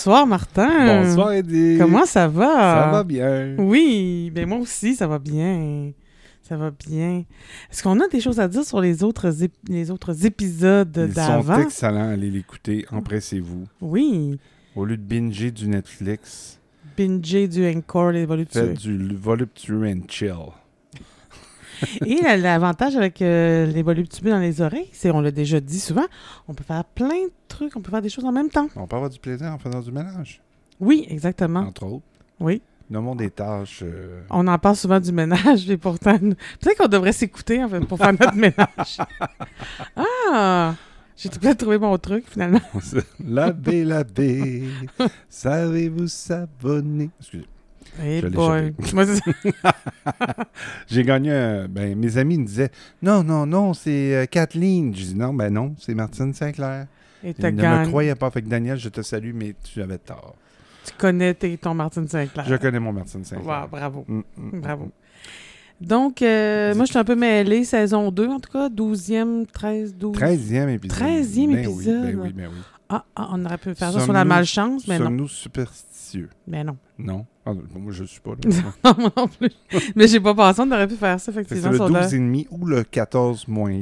Bonsoir, Martin. Bonsoir, Eddie. Comment ça va? Ça va bien. Oui, ben moi aussi, ça va bien. Ça va bien. Est-ce qu'on a des choses à dire sur les autres épisodes d'avant? Ils sont excellents, allez l'écouter, empressez-vous. Oui. Au lieu de binger du Netflix, Binger du Encore, les voluptueux. faites du voluptueux and chill. Et l'avantage avec les voluptueux dans les oreilles, c'est, on l'a déjà dit souvent, on peut faire plein de trucs, on peut faire des choses en même temps. On peut avoir du plaisir en faisant du ménage, Oui, exactement. entre autres. Oui. Nommons des tâches. On en parle souvent du ménage, et pourtant, peut-être qu'on devrait s'écouter, en fait, pour faire notre ménage. Ah! J'ai peut-être trouvé mon truc, finalement. Laver, savez-vous savonner? Excusez. Hey Je l'ai boy. Moi, J'ai gagné mes amis me disaient « Non, c'est Kathleen. » Je dis « Non, c'est Martine Sinclair. » Et Ils ne me croyaient pas. Fait que Daniel, je te salue, mais tu avais tort. Tu connais ton Martine Sinclair. Je connais mon Martine Sinclair. Wow, bravo. Bravo. Donc, moi, je suis un peu mêlée, saison 2, en tout cas, 12e, 12... 13e épisode. 13e épisode. Ben oui. Ah, on aurait pu faire ça sur la malchance, mais non. Sommes-nous superstitieux? Mais non. Non. Ah, moi, je ne suis pas là. Non, moi non plus. Mais j'ai pas pensé, on aurait pu faire ça, effectivement. C'est le sur 12,5 ou le 14 moins.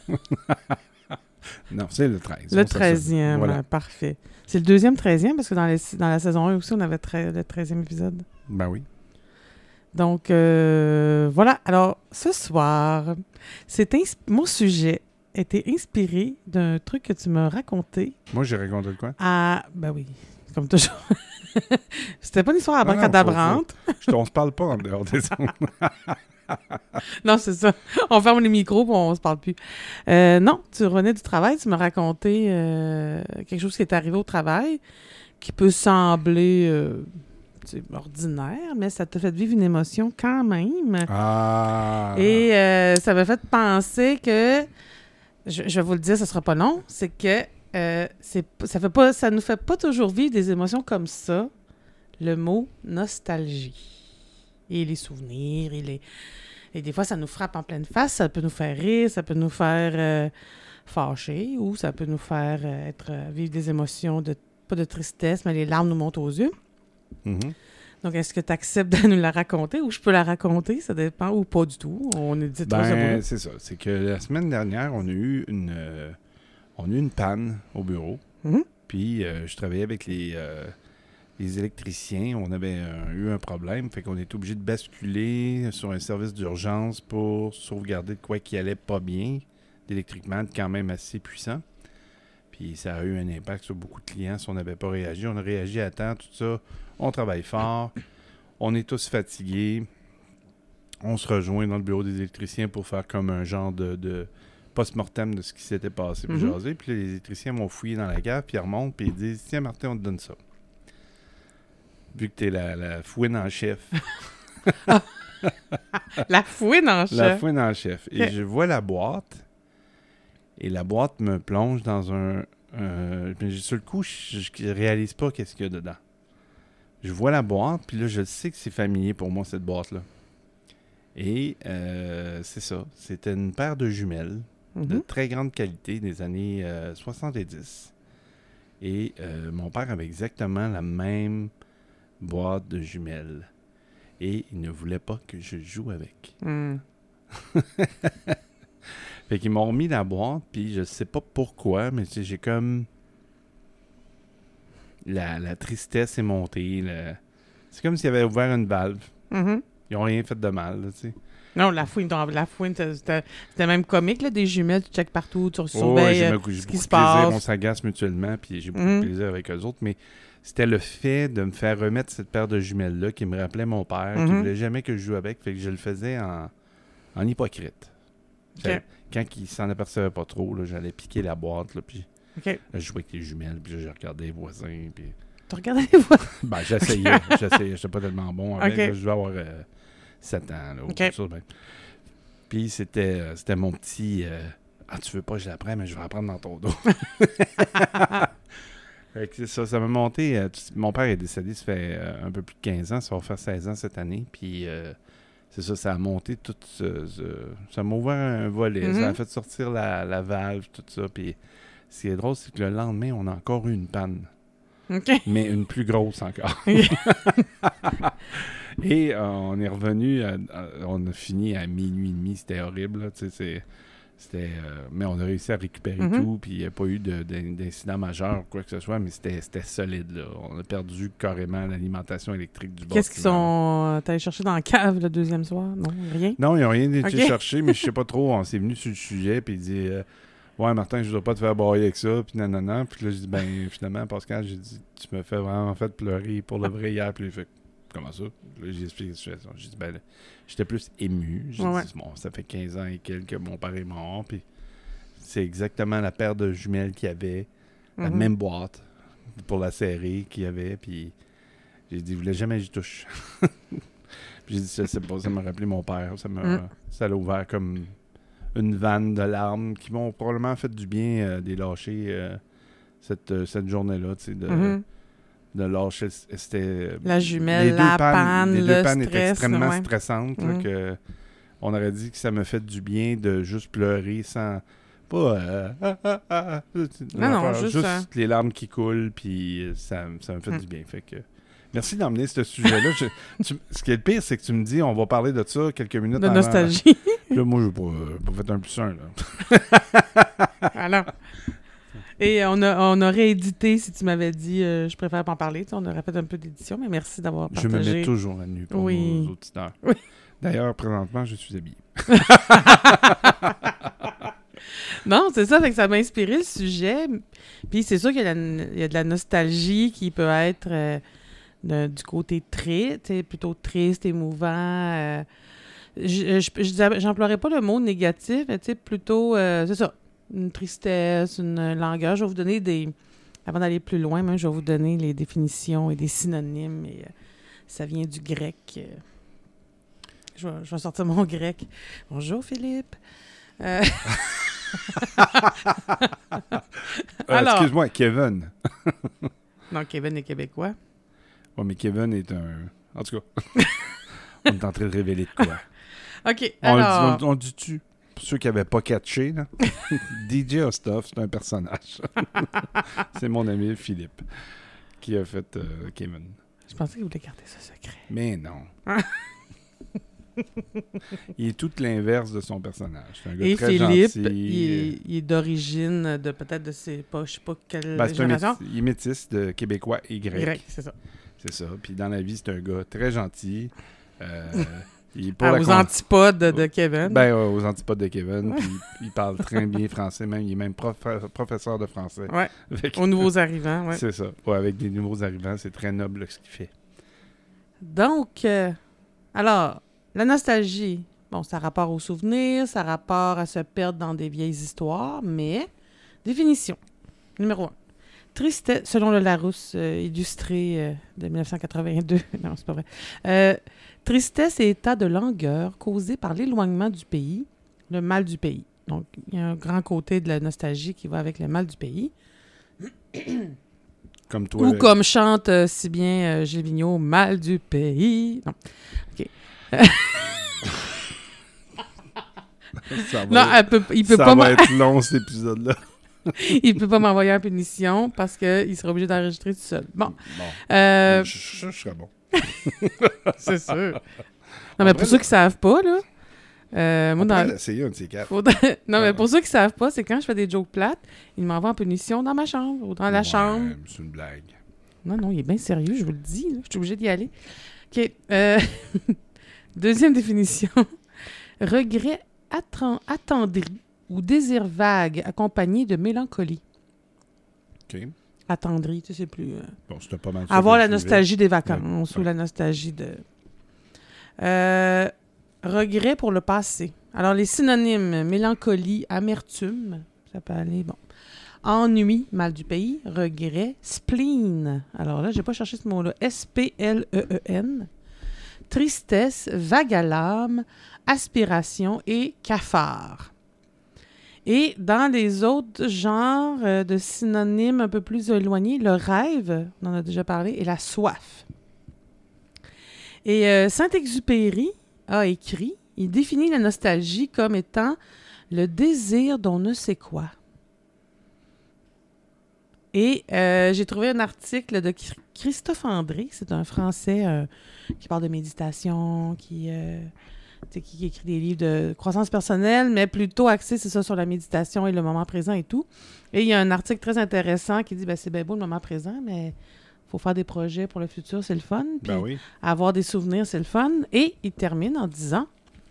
Non, c'est le 13. Le 13e, voilà. parfait. C'est le deuxième 13e, parce que dans la saison 1 aussi, on avait le 13e épisode. Ben oui. Donc, voilà. Alors, ce soir, mon sujet était inspiré d'un truc que tu m'as raconté. Moi, j'ai raconté quoi? Ben oui, comme toujours. C'était pas une histoire à Non, abracadabrante. On se parle pas en dehors des ondes. Non, c'est ça. On ferme les micros et on se parle plus. Non, tu revenais du travail, tu m'as raconté quelque chose qui est arrivé au travail qui peut sembler ordinaire, mais ça t'a fait vivre une émotion quand même. Ah! Et ça m'a fait penser que, je vais vous le dire, ça sera pas long, c'est que ça nous fait pas toujours vivre des émotions comme ça, le mot nostalgie. Et les souvenirs, et des fois, ça nous frappe en pleine face, ça peut nous faire rire, ça peut nous faire fâcher, ou ça peut nous faire vivre des émotions, pas de tristesse, mais les larmes nous montent aux yeux. Mm-hmm. Donc, est-ce que tu acceptes de nous la raconter, ou je peux la raconter, ça dépend, ou pas du tout? On est dit c'est ça. C'est que la semaine dernière, on a eu une panne au bureau. Mm-hmm. Puis, je travaillais avec les électriciens. On avait eu un problème. Fait qu'on était obligé de basculer sur un service d'urgence pour sauvegarder de quoi qui allait pas bien, d'électriquement, quand même assez puissant. Puis, ça a eu un impact sur beaucoup de clients si on n'avait pas réagi. On a réagi à temps, tout ça. On travaille fort. On est tous fatigués. On se rejoint dans le bureau des électriciens pour faire comme un genre de post-mortem de ce qui s'était passé. Puis jaser. Puis là, les électriciens m'ont fouillé dans la cave, puis ils remontent, puis ils disent « Tiens, Martin, on te donne ça. » Vu que t'es la fouine en chef. La fouine en chef? La fouine en chef. Et je vois la boîte, et la boîte me plonge dans sur le coup, je réalise pas qu'est-ce qu'il y a dedans. Je vois la boîte, puis là, je sais que c'est familier pour moi, cette boîte-là. Et c'est ça. C'était une paire de jumelles de très grande qualité des années 70. Et mon père avait exactement la même boîte de jumelles. Et il ne voulait pas que je joue avec. Fait qu'ils m'ont remis la boîte, puis je sais pas pourquoi, mais j'ai comme... La tristesse est montée. C'est comme s'ils avaient ouvert une valve. Mm-hmm. Ils n'ont rien fait de mal, tu sais. Non, la fouine, c'était même comique, là, des jumelles, tu checkes partout, tu surveilles ce qui se passe. On s'agace mutuellement, puis j'ai beaucoup de plaisir avec eux autres, mais c'était le fait de me faire remettre cette paire de jumelles-là qui me rappelait mon père, qui ne voulait jamais que je joue avec, fait que je le faisais en hypocrite. Okay. Quand il s'en apercevait pas trop, là, j'allais piquer la boîte, là, puis là, je jouais avec les jumelles, puis là, je regardais les voisins, puis... Tu regardais les voisins? Ben, j'essayais, j'étais pas tellement bon avec, là, je devais avoir 7 ans, là, ou quelque chose, ben. Puis c'était mon petit... tu veux pas que je l'apprenne, mais je vais apprendre dans ton dos. Fait que ça m'a monté... mon père est décédé, ça fait un peu plus de 15 ans, ça va faire 16 ans cette année, puis c'est ça a monté tout ça m'a ouvert un volet, ça a fait sortir la valve, tout ça, puis ce qui est drôle, c'est que le lendemain, on a encore eu une panne. OK. mais une plus grosse encore. Et on est revenu, on a fini à minuit et demi, c'était horrible, là, tu sais, mais on a réussi à récupérer tout, puis il n'y a pas eu d'incident majeur ou quoi que ce soit, mais c'était solide, là. On a perdu carrément l'alimentation électrique du bâtiment. Qu'est-ce qu'ils sont allés chercher dans la cave le deuxième soir? Non, rien? Non, ils n'ont rien été chercher, mais je sais pas trop, on s'est venu sur le sujet, puis il dit... Ouais, Martin, je ne voudrais pas te faire brailler avec ça, puis nanana. Puis là, j'ai dit, finalement, Pascal, j'ai dit, tu me fais vraiment fait pleurer pour le vrai hier. Puis il fait, comment ça? Puis là, j'ai expliqué la situation. J'ai dit, j'étais plus ému. J'ai dit, bon, ça fait 15 ans et quelques que mon père est mort, puis c'est exactement la paire de jumelles qu'il y avait, la même boîte pour la serrer qu'il y avait, puis j'ai dit, il voulait jamais que j'y touche. Puis j'ai dit, c'est pas, ça m'a rappelé mon père. Ça l'a ouvert comme... une vanne de larmes qui m'ont probablement fait du bien des lâcher cette journée-là, tu sais, de lâcher, c'était... La jumelle, la panne, le stress. Les deux pannes étaient extrêmement stressantes, là, que on aurait dit que ça me fait du bien de juste pleurer sans... Pas... non, juste les larmes qui coulent, puis ça me fait du bien, fait que... Merci d'emmener ce sujet-là. Ce qui est le pire, c'est que tu me dis, on va parler de ça quelques minutes de avant. Nostalgie. Là, moi, je n'ai pas fait un plus un, là. Alors. Et on a réédité, si tu m'avais dit, je préfère pas en parler. On aurait fait un peu d'édition, mais merci d'avoir partagé. Je me mets toujours à nu pour nos auditeurs. Oui. D'ailleurs, présentement, je suis habillé. Non, c'est ça, fait que ça m'a inspiré le sujet. Puis c'est sûr qu'il y a de la nostalgie qui peut être... du côté triste, plutôt triste, émouvant. J'emploierais pas le mot négatif, mais plutôt, c'est ça, une tristesse, une langueur. Je vais vous donner avant d'aller plus loin, même, je vais vous donner les définitions et des synonymes. Et, ça vient du grec. Je vais sortir mon grec. Bonjour, Philippe. Alors, excuse-moi, Kevin. Non, Kevin est québécois. Oui, mais Kevin est un... En tout cas, on est en train de révéler de quoi. OK, alors... On dit-tu, pour ceux qui n'avaient pas catché, là, DJ Ostov, c'est un personnage. C'est mon ami Philippe qui a fait Kevin. Je pensais qu'il voulait garder ce secret. Mais non. Il est tout l'inverse de son personnage. C'est un gars très Philippe, gentil. Il est d'origine de peut-être de ses... je sais pas quelle génération. Il est métis de Québécois et grec. Grec, c'est ça. C'est ça. Puis dans la vie, c'est un gars très gentil. Il est aux antipodes de Kevin. Ben, aux antipodes de Kevin. Puis il parle très bien français. Même, il est même professeur de français. Ouais. Aux nouveaux arrivants, ouais. C'est ça. Ouais, avec des nouveaux arrivants, c'est très noble ce qu'il fait. Donc, alors, la nostalgie, bon, ça a rapport aux souvenirs, ça a rapport à se perdre dans des vieilles histoires, mais définition. Numéro 1. Tristesse, selon le Larousse illustré de 1982. Non, c'est pas vrai. Tristesse et état de langueur causé par l'éloignement du pays, le mal du pays. Donc, il y a un grand côté de la nostalgie qui va avec le mal du pays. Comme toi. Ou comme chante si bien Gilles Vigneault, mal du pays. Non. OK. Il peut pas... Ça va être long, cet épisode-là. Il peut pas m'envoyer en punition parce qu'il serait obligé d'enregistrer tout seul. Bon. Je serais bon. C'est sûr. Non, mais pour ceux qui savent pas, là... moi, on essayer un de ces quatre. Non, mais pour ceux qui savent pas, c'est quand je fais des jokes plates, il m'envoie en punition dans ma chambre ou dans la chambre. C'est une blague. Non, il est bien sérieux, je vous le dis. Là. Je suis obligée d'y aller. OK. Deuxième définition. Regret attendri ou désir vague accompagné de mélancolie. OK. Attendri, tu sais, c'est plus... Bon, c'était pas mal ça. Avoir la nostalgie des vacances ou la nostalgie de... regret pour le passé. Alors, les synonymes, mélancolie, amertume, ça peut aller, bon. Ennui, mal du pays, regret, spleen. Alors là, j'ai pas cherché ce mot-là. S-P-L-E-E-N. Tristesse, vague à l'âme, aspiration et cafard. Et dans les autres genres de synonymes un peu plus éloignés, le rêve, on en a déjà parlé, et la soif. Et Saint-Exupéry a écrit, il définit la nostalgie comme étant le désir d'on ne sait quoi. Et j'ai trouvé un article de Christophe André. C'est un Français qui parle de méditation, qui écrit des livres de croissance personnelle, mais plutôt axé, c'est ça, sur la méditation et le moment présent et tout. Et il y a un article très intéressant qui dit, c'est bien beau le moment présent, mais il faut faire des projets pour le futur, c'est le fun. Puis oui. avoir des souvenirs, c'est le fun. Et il termine en disant...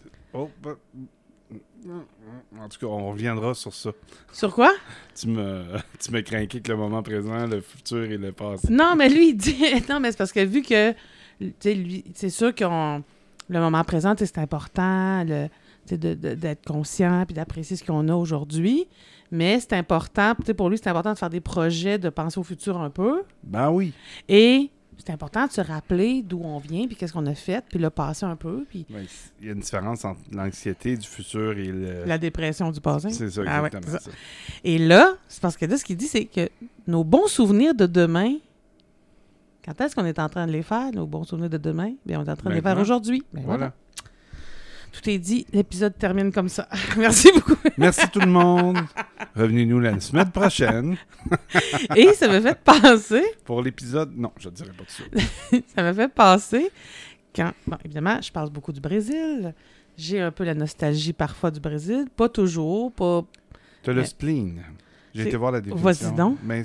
En tout cas, on reviendra sur ça. Sur quoi? Tu m'as craqué que le moment présent, le futur et le passé. Non, mais lui, il dit... Non, mais c'est parce que vu que, tu sais, lui, c'est sûr que le moment présent, c'est important d'être conscient puis d'apprécier ce qu'on a aujourd'hui. Mais c'est important, pour lui, c'est important de faire des projets, de penser au futur un peu. Ben oui. Et c'est important de se rappeler d'où on vient, puis qu'est-ce qu'on a fait, puis le passé un peu. Puis... Il y a une différence entre l'anxiété du futur et la dépression du passé. C'est ça, exactement. C'est ça. Et là, c'est parce que là, ce qu'il dit, c'est que nos bons souvenirs de demain, quand est-ce qu'on est en train de les faire, nos bons souvenirs de demain? Bien, on est en train de les faire aujourd'hui. Ben, voilà. Tout est dit, l'épisode termine comme ça. Merci beaucoup. Merci tout le monde. Revenez-nous la semaine prochaine. Et ça m'a fait penser... Pour l'épisode... Non, je ne dirais pas de ça. Ça m'a fait penser quand... Bon, évidemment, je parle beaucoup du Brésil. J'ai un peu la nostalgie parfois du Brésil. Pas toujours, pas... Tu as le spleen. J'ai été voir la définition. Vas-y donc. Mais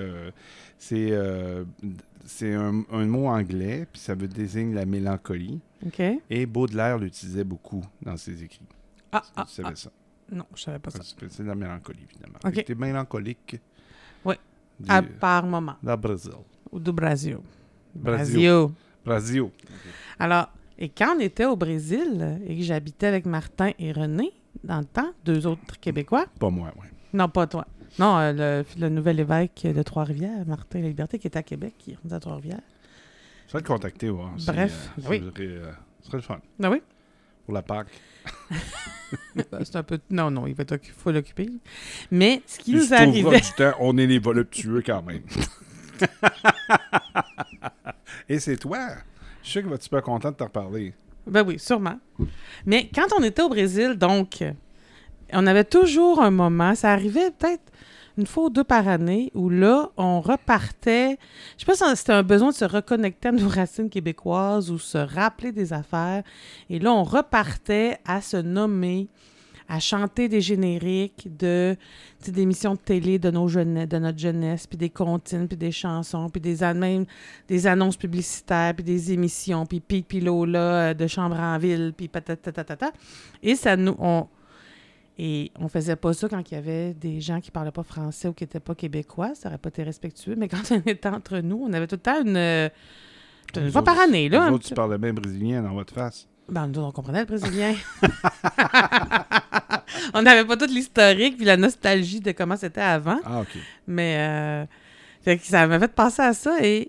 c'est un mot anglais, puis ça veut désigner la mélancolie. OK. Et Baudelaire l'utilisait beaucoup dans ses écrits. Tu savais ça? Non, je savais pas ça. C'est de la mélancolie, évidemment. OK. Tu es mélancolique. Oui. Par moment. Dans le Brésil. Ou du Brésil. Brésil. Okay. Alors, et quand on était au Brésil et que j'habitais avec Martin et René, dans le temps, 2 autres Québécois. Pas moi, oui. Non, pas toi. Non, le nouvel évêque de Trois-Rivières, Martin Laliberté, qui est à Québec, qui est rendu à Trois-Rivières. Je vais le contacter, voir. Bref, oui. Ce serait le fun. Ah oui? Pour la Pâques. C'est un peu... Non, il faut l'occuper. Mais ce qui nous arrivait... du temps, on est les voluptueux quand même. Et c'est toi. Je suis sûr que tu vas être super content de t'en reparler. Ben oui, sûrement. Mais quand on était au Brésil, donc, on avait toujours un moment, ça arrivait peut-être une fois ou 2 par année, où là, on repartait. Je sais pas si c'était un besoin de se reconnecter à nos racines québécoises ou se rappeler des affaires. Et là, on repartait à se nommer, à chanter des génériques d'émissions de télé de notre jeunesse, puis des comptines, puis des chansons, puis même des annonces publicitaires, puis des émissions, puis Pic puis Lola de Chambre en Ville, puis patatatata. Et ça nous... Et on faisait pas ça quand il y avait des gens qui parlaient pas français ou qui étaient pas québécois. Ça aurait pas été respectueux. Mais quand on était entre nous, on avait tout le temps une fois par année. Là, nous autres, tu parlais bien brésilien dans votre face. Ben, nous, on comprenait le brésilien. On n'avait pas toute l'historique puis la nostalgie de comment c'était avant. Ah, OK. Mais fait que ça m'a fait penser à ça et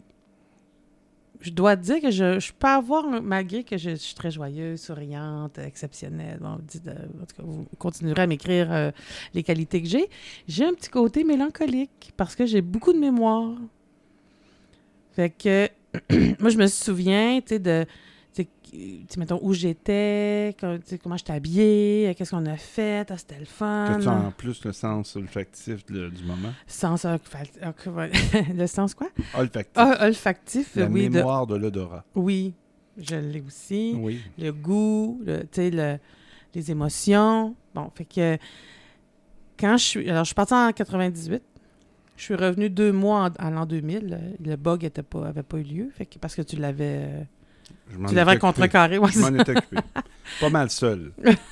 je dois te dire que je peux avoir, malgré que je suis très joyeuse, souriante, exceptionnelle, bon, en tout cas, vous continuerez à m'écrire les qualités que j'ai un petit côté mélancolique parce que j'ai beaucoup de mémoire. Fait que, moi, je me souviens, tu sais, mettons, où j'étais, comment j'étais habillée, qu'est-ce qu'on a fait, c'était le fun. Que tu as en plus le sens olfactif du moment? Sens olfactif. Le sens quoi? Olfactif. Olfactif, la oui. La mémoire de l'odorat. Oui, je l'ai aussi. Oui. Le goût, les émotions. Bon, fait que quand je suis partie en 98. Je suis revenue 2 mois en l'an 2000. Le bug avait pas eu lieu, fait que, parce que tu l'avais... Tu l'avais contrecarré. Je m'en étais occupé. Pas mal seul.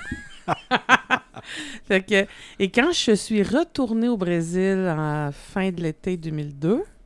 Fait que, et quand je suis retournée au Brésil en fin de l'été 2000,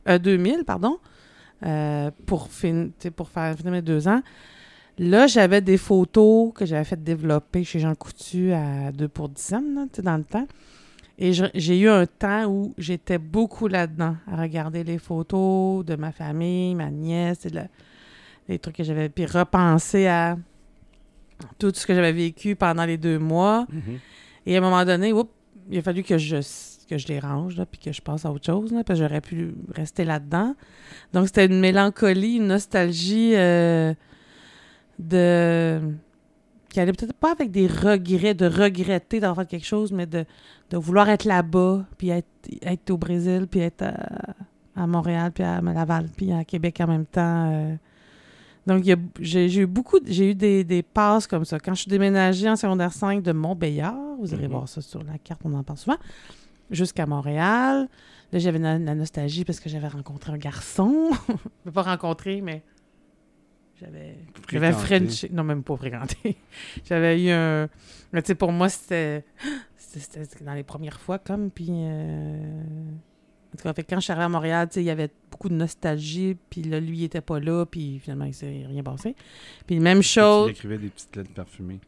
pour finir mes 2 ans, là, j'avais des photos que j'avais fait développer chez Jean Coutu à 2 pour 10 ans, dans le temps. Et j'ai eu un temps où j'étais beaucoup là-dedans, à regarder les photos de ma famille, ma nièce, les trucs que j'avais, puis repenser à tout ce que j'avais vécu pendant les 2 mois. Mm-hmm. Et à un moment donné, il a fallu que je les range, là, puis que je passe à autre chose, là, parce que j'aurais pu rester là-dedans. Donc, c'était une mélancolie, une nostalgie de qui allait peut-être pas avec des regrets, de regretter d'avoir fait quelque chose, mais de vouloir être là-bas, puis être au Brésil, puis être à Montréal, puis à Laval, puis à Québec en même temps. Donc, j'ai eu des passes comme ça. Quand je suis déménagée en secondaire 5 de Montbéliard, vous irez voir ça sur la carte, on en parle souvent, jusqu'à Montréal. Là, j'avais la nostalgie parce que j'avais rencontré un garçon. Je ne pas rencontré, mais j'avais Frenché. Non, même pas fréquenté. J'avais eu un... Mais tu sais, pour moi, c'était dans les premières fois, comme, puis... En tout cas, fait que quand je suis arrivée à Montréal, il y avait beaucoup de nostalgie, puis là, lui, il était pas là, puis finalement, il s'est rien passé. Puis même chose... Tu écrivais des petites lettres parfumées?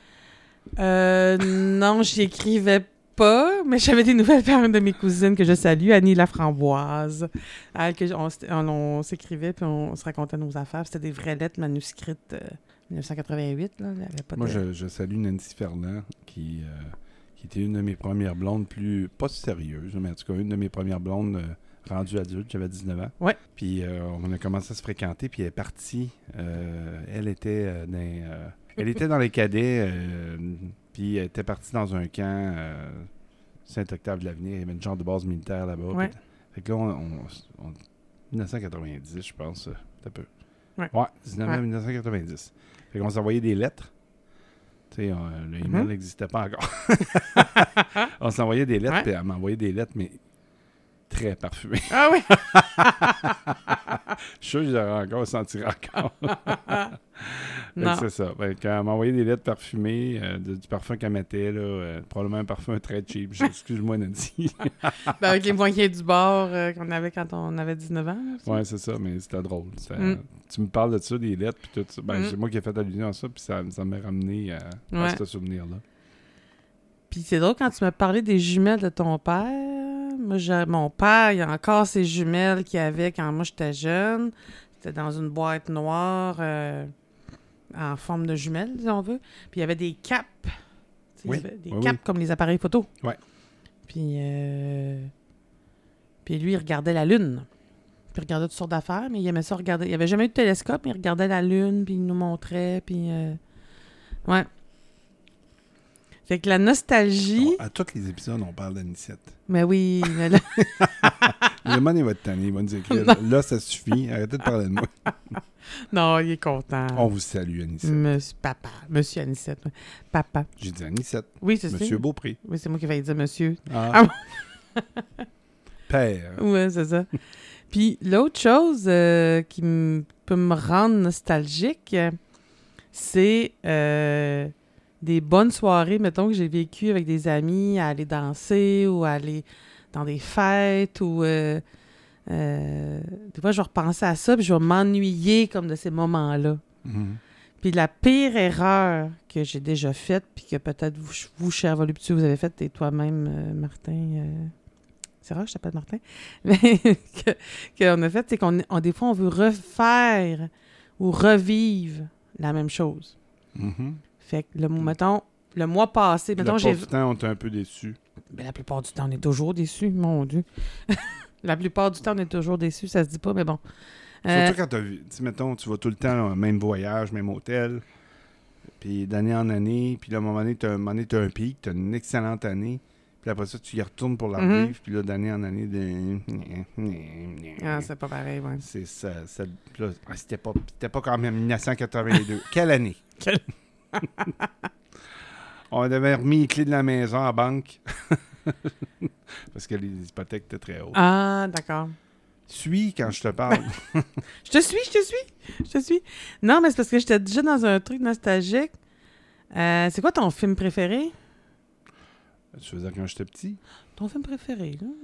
Non, j'y écrivais pas, mais j'avais des nouvelles par une de mes cousines que je salue, Annie Laframboise. On s'écrivait, puis on se racontait nos affaires. C'était des vraies lettres manuscrites 1988. Là. Il y avait pas Moi, je salue Nancy Ferland, qui était une de mes premières blondes pas sérieuses, mais en tout cas, une de mes premières blondes rendues adultes. J'avais 19 ans. Ouais. Puis on a commencé à se fréquenter, puis elle est partie. Elle était dans les cadets, puis elle était partie dans un camp Saint-Octave-de-l'Avenir. Il y avait une genre de base militaire là-bas. Ouais. Fait que là, 1990, je pense, un peu. Ouais. 1990. Fait qu'on s'envoyait des lettres. Tu sais, le email n'existait pas encore. On s'envoyait des lettres, puis elle m'envoyait des lettres, mais très parfumées. Ah oui! Je suis sûr que je l'aurais encore senti encore. Non. C'est ça. Fait qu'elle m'envoyait des lettres parfumées, du parfum qu'elle mettait, là, probablement un parfum très cheap. Excuse-moi, Nancy. Avec les moyens du bord qu'on avait quand on avait 19 ans. Oui, c'est ça, mais c'était drôle. Tu me parles de ça, des lettres, puis tout ça. C'est moi qui ai fait allusion à ça, puis ça m'a ramené à ce souvenir-là. Puis c'est drôle, quand tu m'as parlé des jumelles de ton père, mon père, il y a encore ces jumelles qu'il avait quand moi j'étais jeune. C'était dans une boîte noire en forme de jumelles, si on veut. Puis il y avait des capes. Oui. Il y avait des capes comme les appareils photo. Oui. Puis lui, il regardait la Lune. Puis il regardait toutes sortes d'affaires, mais il aimait ça regarder. Il n'y avait jamais eu de télescope, mais il regardait la Lune, puis il nous montrait, puis... Ouais. Fait que la nostalgie... À tous les épisodes, on parle d'Anicette. Mais oui, mais là... Le monde, il va être tanné, il va nous écrire. Là, ça suffit, arrêtez de parler de moi. Non, il est content. On vous salue, Anicette. Monsieur Anicette. Oui. Papa. J'ai dit Anicette. Oui, c'est ça. Monsieur Beaupré. Oui, c'est moi qui vais dire monsieur. Père. Oui, c'est ça. Puis l'autre chose qui peut me rendre nostalgique, c'est des bonnes soirées, mettons, que j'ai vécues avec des amis, à aller danser ou à aller dans des fêtes ou... des fois, je vais repenser à ça puis je vais m'ennuyer comme de ces moments-là. Mm-hmm. Puis la pire erreur que j'ai déjà faite, puis que peut-être vous cher Voluptueux, vous avez faite, et toi-même, Martin... c'est rare que je t'appelle Martin. Mais qu'on a fait, c'est des fois, on veut refaire ou revivre la même chose. Mm-hmm. Fait que, mettons, le mois passé... Mettons, la plupart du temps, on est un peu déçus. Ben, la plupart du temps, on est toujours déçus, mon Dieu. La plupart du temps, on est toujours déçus, ça se dit pas, mais bon. Surtout quand mettons, tu vas tout le temps, là, même voyage, même hôtel, puis d'année en année, puis là, à un moment donné, tu as un pic, tu as une excellente année, puis après ça, tu y retournes pour la revivre, puis là, d'année en année... Ah, c'est pas pareil, ouais. C'est ça. Là, c'était pas quand même 1982. Quelle année? On avait remis les clés de la maison à la banque. Parce que les hypothèques étaient très hautes. Ah, d'accord. Suis quand je te parle. Je te suis. Non, mais c'est parce que j'étais déjà dans un truc nostalgique. C'est quoi ton film préféré? Tu veux dire quand j'étais petit? Ton film préféré, là?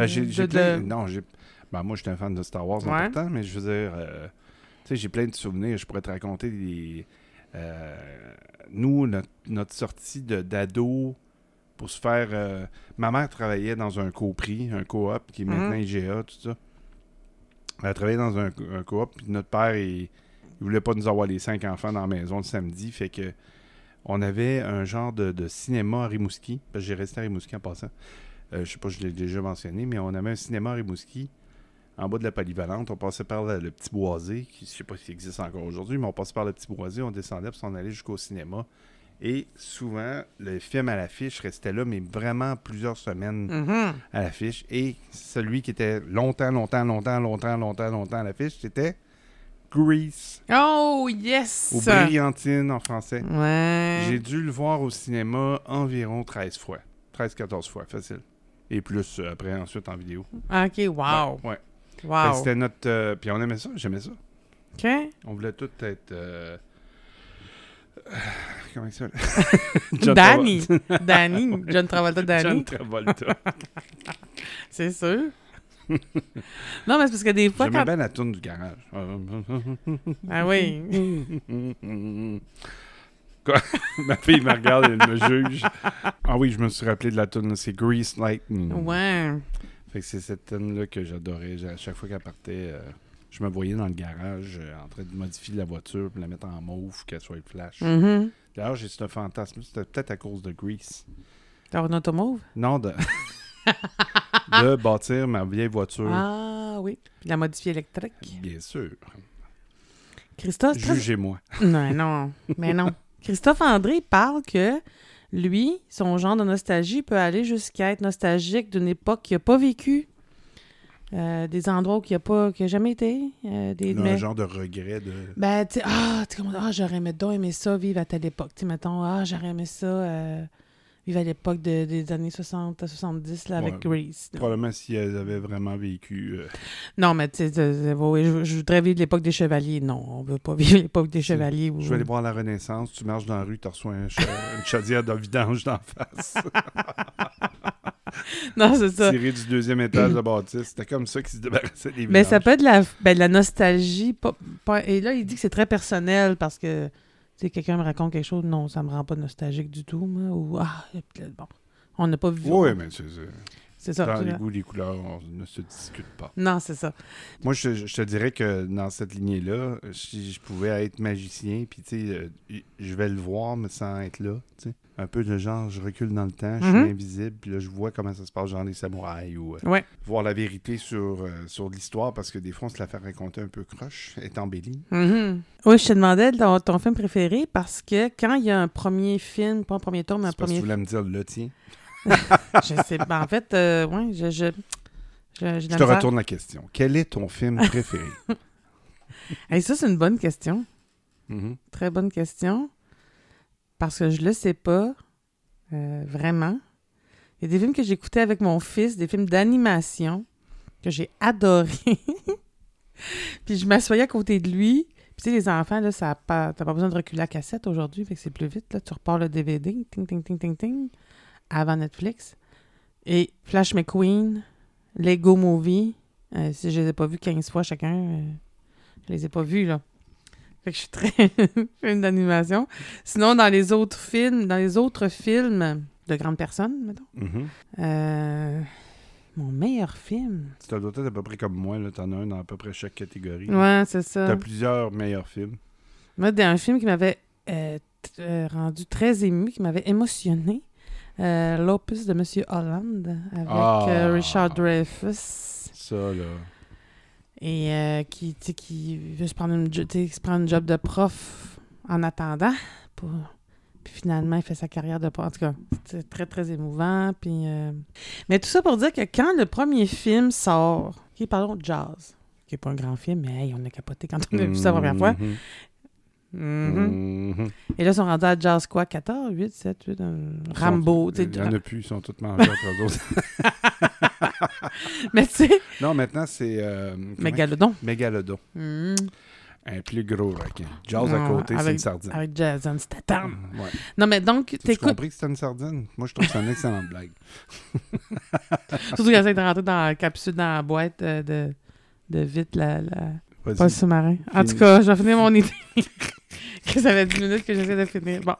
Moi, j'étais un fan de Star Wars, important, mais je veux dire... tu sais, j'ai plein de souvenirs. Je pourrais te raconter des... nous, notre sortie d'ado pour se faire... ma mère travaillait dans un coopri, un coop, qui est maintenant IGA, tout ça. Elle travaillait dans un coop, puis notre père, il voulait pas nous avoir les 5 enfants dans la maison le samedi, fait que on avait un genre de cinéma à Rimouski, parce que j'ai resté à Rimouski en passant. Je sais pas si je l'ai déjà mentionné, mais on avait un cinéma à Rimouski en bas de la polyvalente. On passait par le Petit Boisé, qui je sais pas s'il existe encore aujourd'hui, mais on passait par le Petit Boisé, on descendait, puis on allait jusqu'au cinéma. Et souvent, le film à l'affiche restait là, mais vraiment plusieurs semaines Mhm. à l'affiche. Et celui qui était longtemps à l'affiche, c'était Grease, Oh, yes! ou Brillantine en français. Ouais. J'ai dû le voir au cinéma environ 13 fois. 13-14 fois, facile. Et plus après, ensuite en vidéo. OK, wow. Ouais. Wow. C'était notre... puis on aimait ça, j'aimais ça. OK. On voulait tout être... comment ça s'appelle? Danny. Danny. John Travolta, Danny. John Travolta. C'est sûr. Non, mais c'est parce que des fois, J'aimais quand... bien la tourne du garage. Ah oui. Quoi? Ma fille me regarde et elle me juge. Ah oui, je me suis rappelé de la tourne, c'est Grease Lightning. Ouais. Fait que c'est cette tourne-là que j'adorais. À chaque fois qu'elle partait, je me voyais dans le garage en train de modifier la voiture pour la mettre en mauve, qu'elle soit flash. Mhm. D'ailleurs, j'ai ce fantasme. C'était peut-être à cause de Grease. T'as une automove? Non, de bâtir ma vieille voiture. Ah oui. Puis la modifier électrique. Bien sûr. Christophe... Jugez-moi. Non. Mais non. Christophe André parle que lui, son genre de nostalgie peut aller jusqu'à être nostalgique d'une époque qu'il n'a pas vécue. Des endroits où il n'a jamais été. Un genre de regret de... Ben, tu sais, j'aurais aimé ça, vivre à telle époque. Tu sais, mettons, j'aurais aimé ça, vivre à l'époque des années 60 à 70, là, avec Grease. Probablement si elles avaient vraiment vécu... Non, mais tu sais, oui, je voudrais vivre l'époque des chevaliers. Non, on veut pas vivre l'époque des chevaliers. Je vais aller voir la Renaissance, tu marches dans la rue, tu reçois une chaudière de vidange d'en face. Non, c'est ça. Tiré du deuxième étage de bâtisse. C'était comme ça qu'ils se débarrassaient des vidanges. Mais ça peut être de la nostalgie. Et là, il dit que c'est très personnel parce que, tu sais, quelqu'un me raconte quelque chose, non, ça me rend pas nostalgique du tout, moi. Ou, bon, on n'a pas vu. Oui, mais c'est ça. Dans les goûts, les couleurs, on ne se discute pas. Non, c'est ça. Moi, je te dirais que dans cette lignée-là, si je pouvais être magicien, puis tu sais, je vais le voir, mais sans être là, tu sais. Un peu de genre, je recule dans le temps, je suis invisible, puis là, je vois comment ça se passe, genre les samouraïs, ou voir la vérité sur l'histoire, parce que des fois, on se la fait raconter un peu croche, est embellie. Mm-hmm. Oui, je te demandais ton film préféré, parce que quand il y a un premier film, pas un premier tour, mais un premier film... Tu voulais me dire le tien? Je sais pas. En fait, je te retourne la question. Quel est ton film préféré? Hey, ça, c'est une bonne question. Mm-hmm. Très bonne question. Parce que je le sais pas. Vraiment. Il y a des films que j'écoutais avec mon fils, des films d'animation que j'ai adorés. Puis je m'assoyais à côté de lui. Puis tu sais, les enfants, là, t'as pas besoin de reculer la cassette aujourd'hui, fait que c'est plus vite. Là, tu repars le DVD, ting, ting, ting, ting, ting, avant Netflix. Et Flash McQueen, Lego Movie, si je les ai pas vus 15 fois chacun, je les ai pas vus, là. Fait que je suis très film d'animation. Sinon, dans les autres films de grandes personnes, mettons, mon meilleur film... Tu dois être à peu près comme moi, là. T'en as un dans à peu près chaque catégorie. Ouais, c'est ça. T'as plusieurs meilleurs films. Moi, un film qui m'avait rendu très ému, qui m'avait émotionné, L'Opus de M. Holland, avec Richard Dreyfuss. Ça, là... Et qui veut se prendre une job de prof en attendant. Puis finalement, il fait sa carrière de prof. En tout cas, c'est très, très émouvant. Puis, mais tout ça pour dire que quand le premier film sort, parlons de Jazz, qui n'est pas un grand film, mais hey, on a capoté quand on a vu ça la première fois. Et là, ils sont rendus à Jazz quoi? 14, 8, 7, 8, Rambo. Il n'y en a plus, ils sont tous mangés entre eux autres. Mais tu sais... Non, maintenant, c'est... Mégalodon. Mégalodon. Un plus gros requin. Jazz à côté, c'est une sardine. Avec Jason Statham. Ouais. Non, mais donc, t'as compris que c'était une sardine? Moi, je trouve que c'est une excellente blague. Surtout qu'il essaie de rentrer dans la capsule, dans la boîte de vite, pas le sous-marin. En tout cas, je vais finir mon idée. Que ça fait 10 minutes que j'essaie de finir. Bon.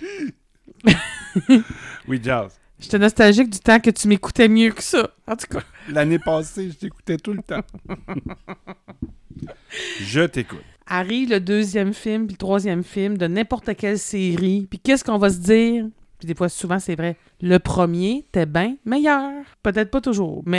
Oui, Jazz. J'étais nostalgique du temps que tu m'écoutais mieux que ça. En tout cas. L'année passée, je t'écoutais tout le temps. Je t'écoute. Arrive le deuxième film, puis le troisième film de n'importe quelle série. Puis qu'est-ce qu'on va se dire? Puis des fois, souvent, c'est vrai. Le premier était bien meilleur. Peut-être pas toujours, mais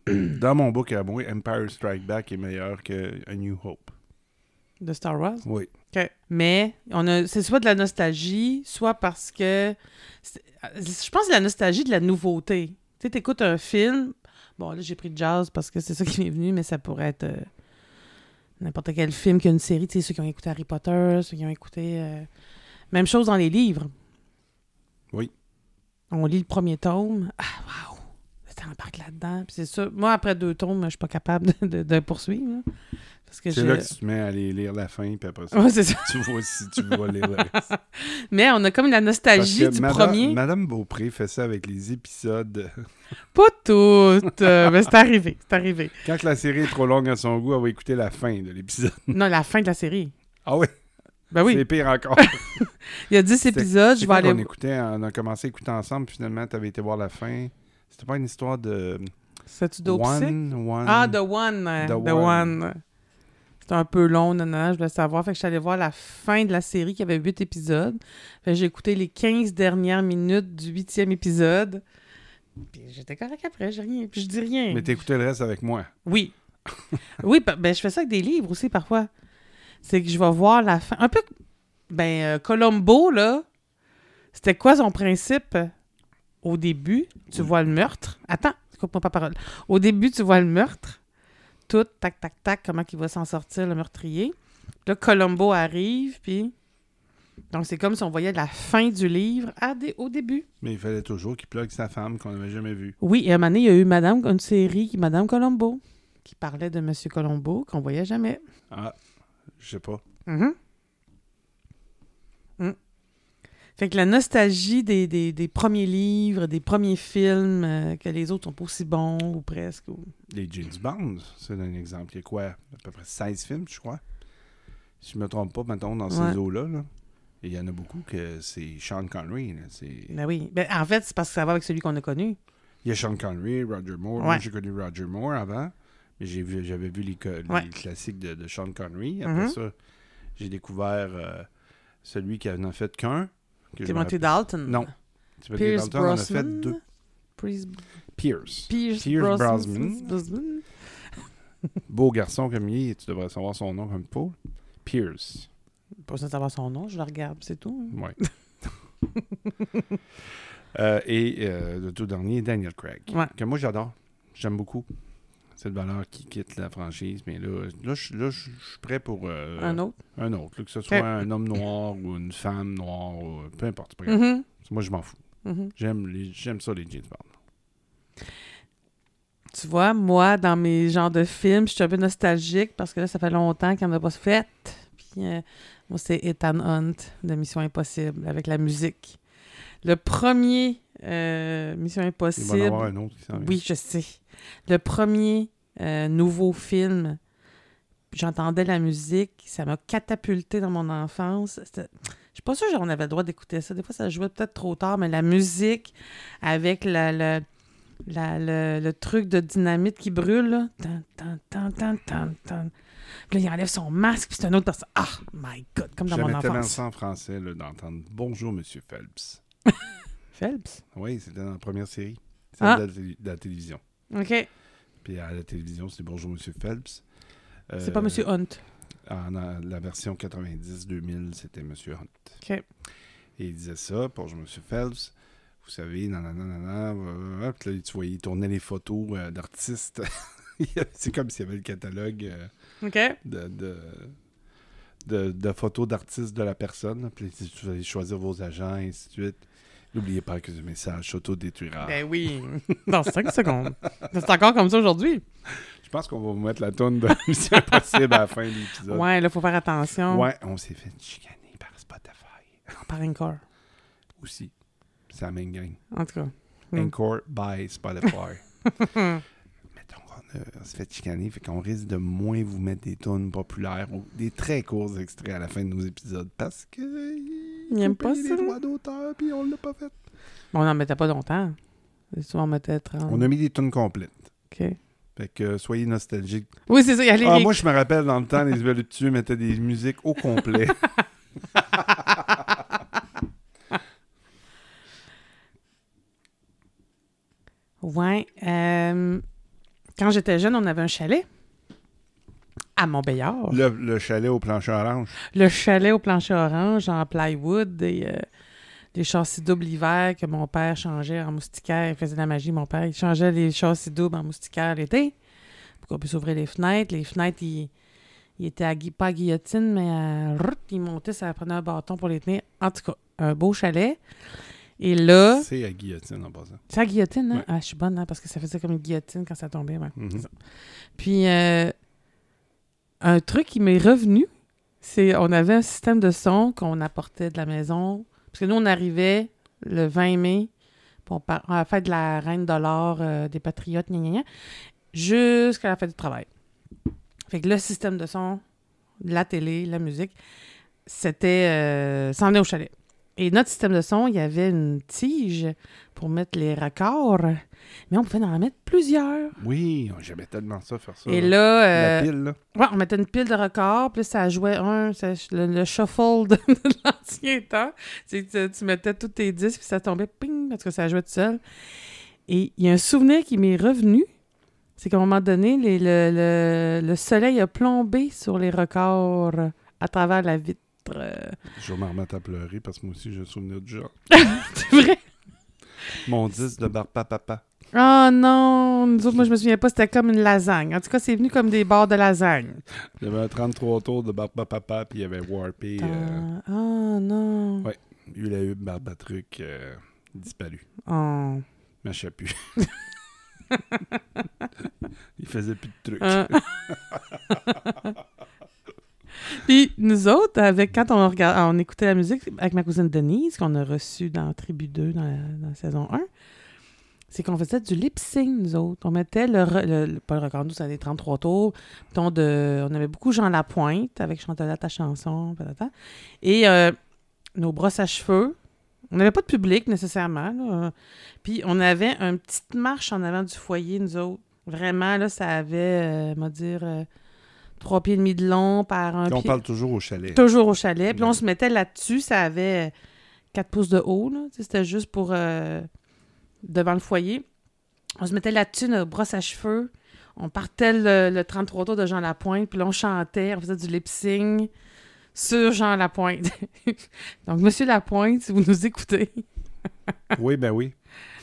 Dans mon book à moi, Empire Strike Back est meilleur que A New Hope. De Star Wars? Oui. OK. Mais c'est soit de la nostalgie, soit parce que... Je pense que c'est la nostalgie de la nouveauté. Tu sais, t'écoutes un film... Bon, là, j'ai pris le jazz parce que c'est ça qui m'est venu, mais ça pourrait être n'importe quel film qui a une série. Tu sais, ceux qui ont écouté Harry Potter, ceux qui ont écouté... Même chose dans les livres. Oui. On lit le premier tome. Ah, waouh! Ça embarque là-dedans. Puis c'est ça. Moi, après 2 tomes, je suis pas capable de poursuivre. Là. Parce que C'est là que tu te mets à aller lire la fin, puis après ça, ouais, c'est ça. tu vois si tu vas lire le reste. Mais on a comme la nostalgie du premier. Madame Beaupré fait ça avec les épisodes. Pas toutes, mais c'est arrivé. C'est arrivé. Quand la série est trop longue à son goût, elle va écouter la fin de l'épisode. Non, la fin de la série. Ah oui? Ben oui. C'est pire encore. Il y a 10 épisodes, je vais aller... On a commencé à écouter ensemble, puis finalement, tu avais été voir la fin. C'était pas une histoire de... C'est-tu d'Opsic? One... Ah, The One. The One. C'était un peu long, je voulais savoir. Fait que je suis allée voir la fin de la série qui avait 8 épisodes. Fait que j'ai écouté les 15 dernières minutes du 8e épisode. Puis j'étais correct après, j'ai rien. Puis je dis rien. Mais t'écoutais le reste avec moi. Oui. Oui, ben je fais ça avec des livres aussi parfois. C'est que je vais voir la fin. Un peu... Columbo, là, c'était quoi son principe? Au début, tu vois le meurtre. Attends, coupe-moi pas parole. Au début, tu vois le meurtre. Tout, tac, tac, tac, comment il va s'en sortir, le meurtrier. Là, Columbo arrive, puis... Donc, c'est comme si on voyait la fin du livre au début. Mais il fallait toujours qu'il plug sa femme qu'on n'avait jamais vue. Oui, et à un moment donné, il y a eu une série, Madame Columbo, qui parlait de Monsieur Columbo, qu'on voyait jamais. Ah, je sais pas. Fait que la nostalgie des premiers livres, des premiers films, que les autres sont pas aussi bons, ou presque. Les James Bond, c'est un exemple. Il y a quoi? À peu près 16 films, je crois. Si je me trompe pas, mettons, dans ces eaux-là. Là. Et il y en a beaucoup que c'est Sean Connery. Là. Ben oui. Ben, en fait, c'est parce que ça va avec celui qu'on a connu. Il y a Sean Connery, Roger Moore. Ouais. Moi, j'ai connu Roger Moore avant. Mais j'avais vu les classiques de Sean Connery. Après ça, j'ai découvert celui qui en a fait qu'un. Timothy Dalton. Non. Timothy Pierce Dalton en a fait Brosnan. 2. Pierce Brosnan. Beau garçon comme il est, tu devrais savoir son nom comme Paul. Pierce. Pas sans savoir son nom, je le regarde, c'est tout. Oui. Et le tout dernier, Daniel Craig. Ouais. Que moi, j'adore. J'aime beaucoup. C'est le valeur qui quitte la franchise. Mais là je suis prêt pour... un autre? Un autre. Là, que ce soit un homme noir ou une femme noire, ou, peu importe. Pas grave. Moi, je m'en fous. J'aime ça, les James Bond. Tu vois, moi, dans mes genres de films, je suis un peu nostalgique parce que là, ça fait longtemps qu'il n'y en a pas fait. Puis, moi, c'est Ethan Hunt de Mission Impossible avec la musique. Le premier Mission Impossible... Il va y en avoir un autre qui s'en vient. Oui, je sais. Le premier nouveau film, j'entendais la musique, ça m'a catapulté dans mon enfance. Je suis pas sûre qu'on avait le droit d'écouter ça. Des fois, ça jouait peut-être trop tard, mais la musique avec le truc de dynamite qui brûle, là. Puis là, il enlève son masque, puis c'est un autre personne. Ah, my God, comme dans mon enfance. J'aimais tellement ça en français, là, d'entendre « Bonjour, Monsieur Phelps ». Phelps? Oui, c'était dans la première série. Ah. De la télévision. OK. Puis à la télévision, c'était « Bonjour, Monsieur Phelps ». C'est pas Monsieur Hunt. La version 90-2000, c'était Monsieur Hunt. OK. Et il disait ça, « Bonjour, Monsieur Phelps ». Vous savez, nanana, puis là, tu voyais, il tournait les photos d'artistes. C'est comme s'il y avait le catalogue de photos d'artistes de la personne. Puis tu vas choisir vos agents, et ainsi de suite. N'oubliez pas que ce message s'auto-détruira. Ben oui, dans 5 secondes. C'est encore comme ça aujourd'hui. Je pense qu'on va vous mettre la toune de Mission Impossible à la fin de l'épisode. Ouais, là, il faut faire attention. Ouais, on s'est fait chicaner par Spotify. Par Encore. Aussi. C'est la même gang. En tout cas. Encore by Spotify. Mettons qu'on se fait chicaner, fait qu'on risque de moins vous mettre des tunes populaires ou des très courts extraits à la fin de nos épisodes parce que ils n'aiment pas ça. Les droits d'auteur, puis on l'a pas fait. Bon, on n'en mettait pas longtemps. Souvent, on mettait 30. On a mis des tunes complètes. OK. Fait que soyez nostalgiques. Oui, c'est ça. Il y a les... moi, je me rappelle dans le temps, les Voluptueux mettaient des musiques au complet. Ouais. quand j'étais jeune, on avait un chalet à Montbéliard. Le chalet au plancher orange. Le chalet au plancher orange en plywood, des châssis doubles l'hiver que mon père changeait en moustiquaire. Il faisait de la magie, mon père. Il changeait les châssis doubles en moustiquaire l'été pour qu'on puisse ouvrir les fenêtres. Les fenêtres, il était pas à guillotine, mais il montait, ça prenait un bâton pour les tenir. En tout cas, un beau chalet. Et là... C'est à guillotine en passant. C'est à guillotine, hein? Ouais. Ah, je suis bonne, hein, parce que ça faisait comme une guillotine quand ça tombait. Ouais. Mm-hmm. C'est ça. Puis, un truc qui m'est revenu, c'est on avait un système de son qu'on apportait de la maison. Parce que nous, on arrivait le 20 mai, puis on a fait de la Reine de l'Or des Patriotes, gna, gna, gna, jusqu'à la fête du travail. Fait que le système de son, la télé, la musique, c'était... s'en venait au chalet. Et notre système de son, il y avait une tige pour mettre les raccords, mais on pouvait en mettre plusieurs. Oui, j'aimais tellement ça, faire ça. Et là... la pile, là. Ouais, on mettait une pile de records, puis là, ça jouait le shuffle de l'ancien temps. Tu mettais tous tes disques, puis ça tombait, ping, parce que ça jouait tout seul. Et il y a un souvenir qui m'est revenu, c'est qu'à un moment donné, le soleil a plombé sur les records à travers la vitre. Je vais me remettre à pleurer parce que moi aussi, j'ai un souvenir du genre. C'est vrai? Mon disque de Barpa Papa. Oh non! Nous autres, moi, je me souviens pas, c'était comme une lasagne. En tout cas, c'est venu comme des barres de lasagne. Il y avait un 33 tours de Barpa Papa, puis il y avait Warpé. Oh non! Ouais, Hula Barba Truc, disparu. Oh. Il marchait plus. Il faisait plus de trucs. Puis nous autres, quand on écoutait la musique avec ma cousine Denise, qu'on a reçue dans Tribu 2 dans la saison 1, c'est qu'on faisait du lip-sync, nous autres. On mettait pas le record, nous, c'était des 33 tours. On avait beaucoup Jean Lapointe avec Chante-la ta chanson, patata. Et nos brosses à cheveux. On n'avait pas de public nécessairement. Là. Puis on avait une petite marche en avant du foyer, nous autres. Vraiment, là, ça avait, 3 pieds et demi de long par 1 pied. On parle toujours au chalet. Toujours au chalet. Puis là, Ouais. on se mettait là-dessus. Ça avait 4 pouces de haut. Là. C'était juste pour devant le foyer. On se mettait là-dessus, notre brosse à cheveux. On partait le 33 tours de Jean Lapointe. Puis là, on chantait. On faisait du lip-sync sur Jean Lapointe. Donc, Monsieur Lapointe, si vous nous écoutez. Oui, ben oui.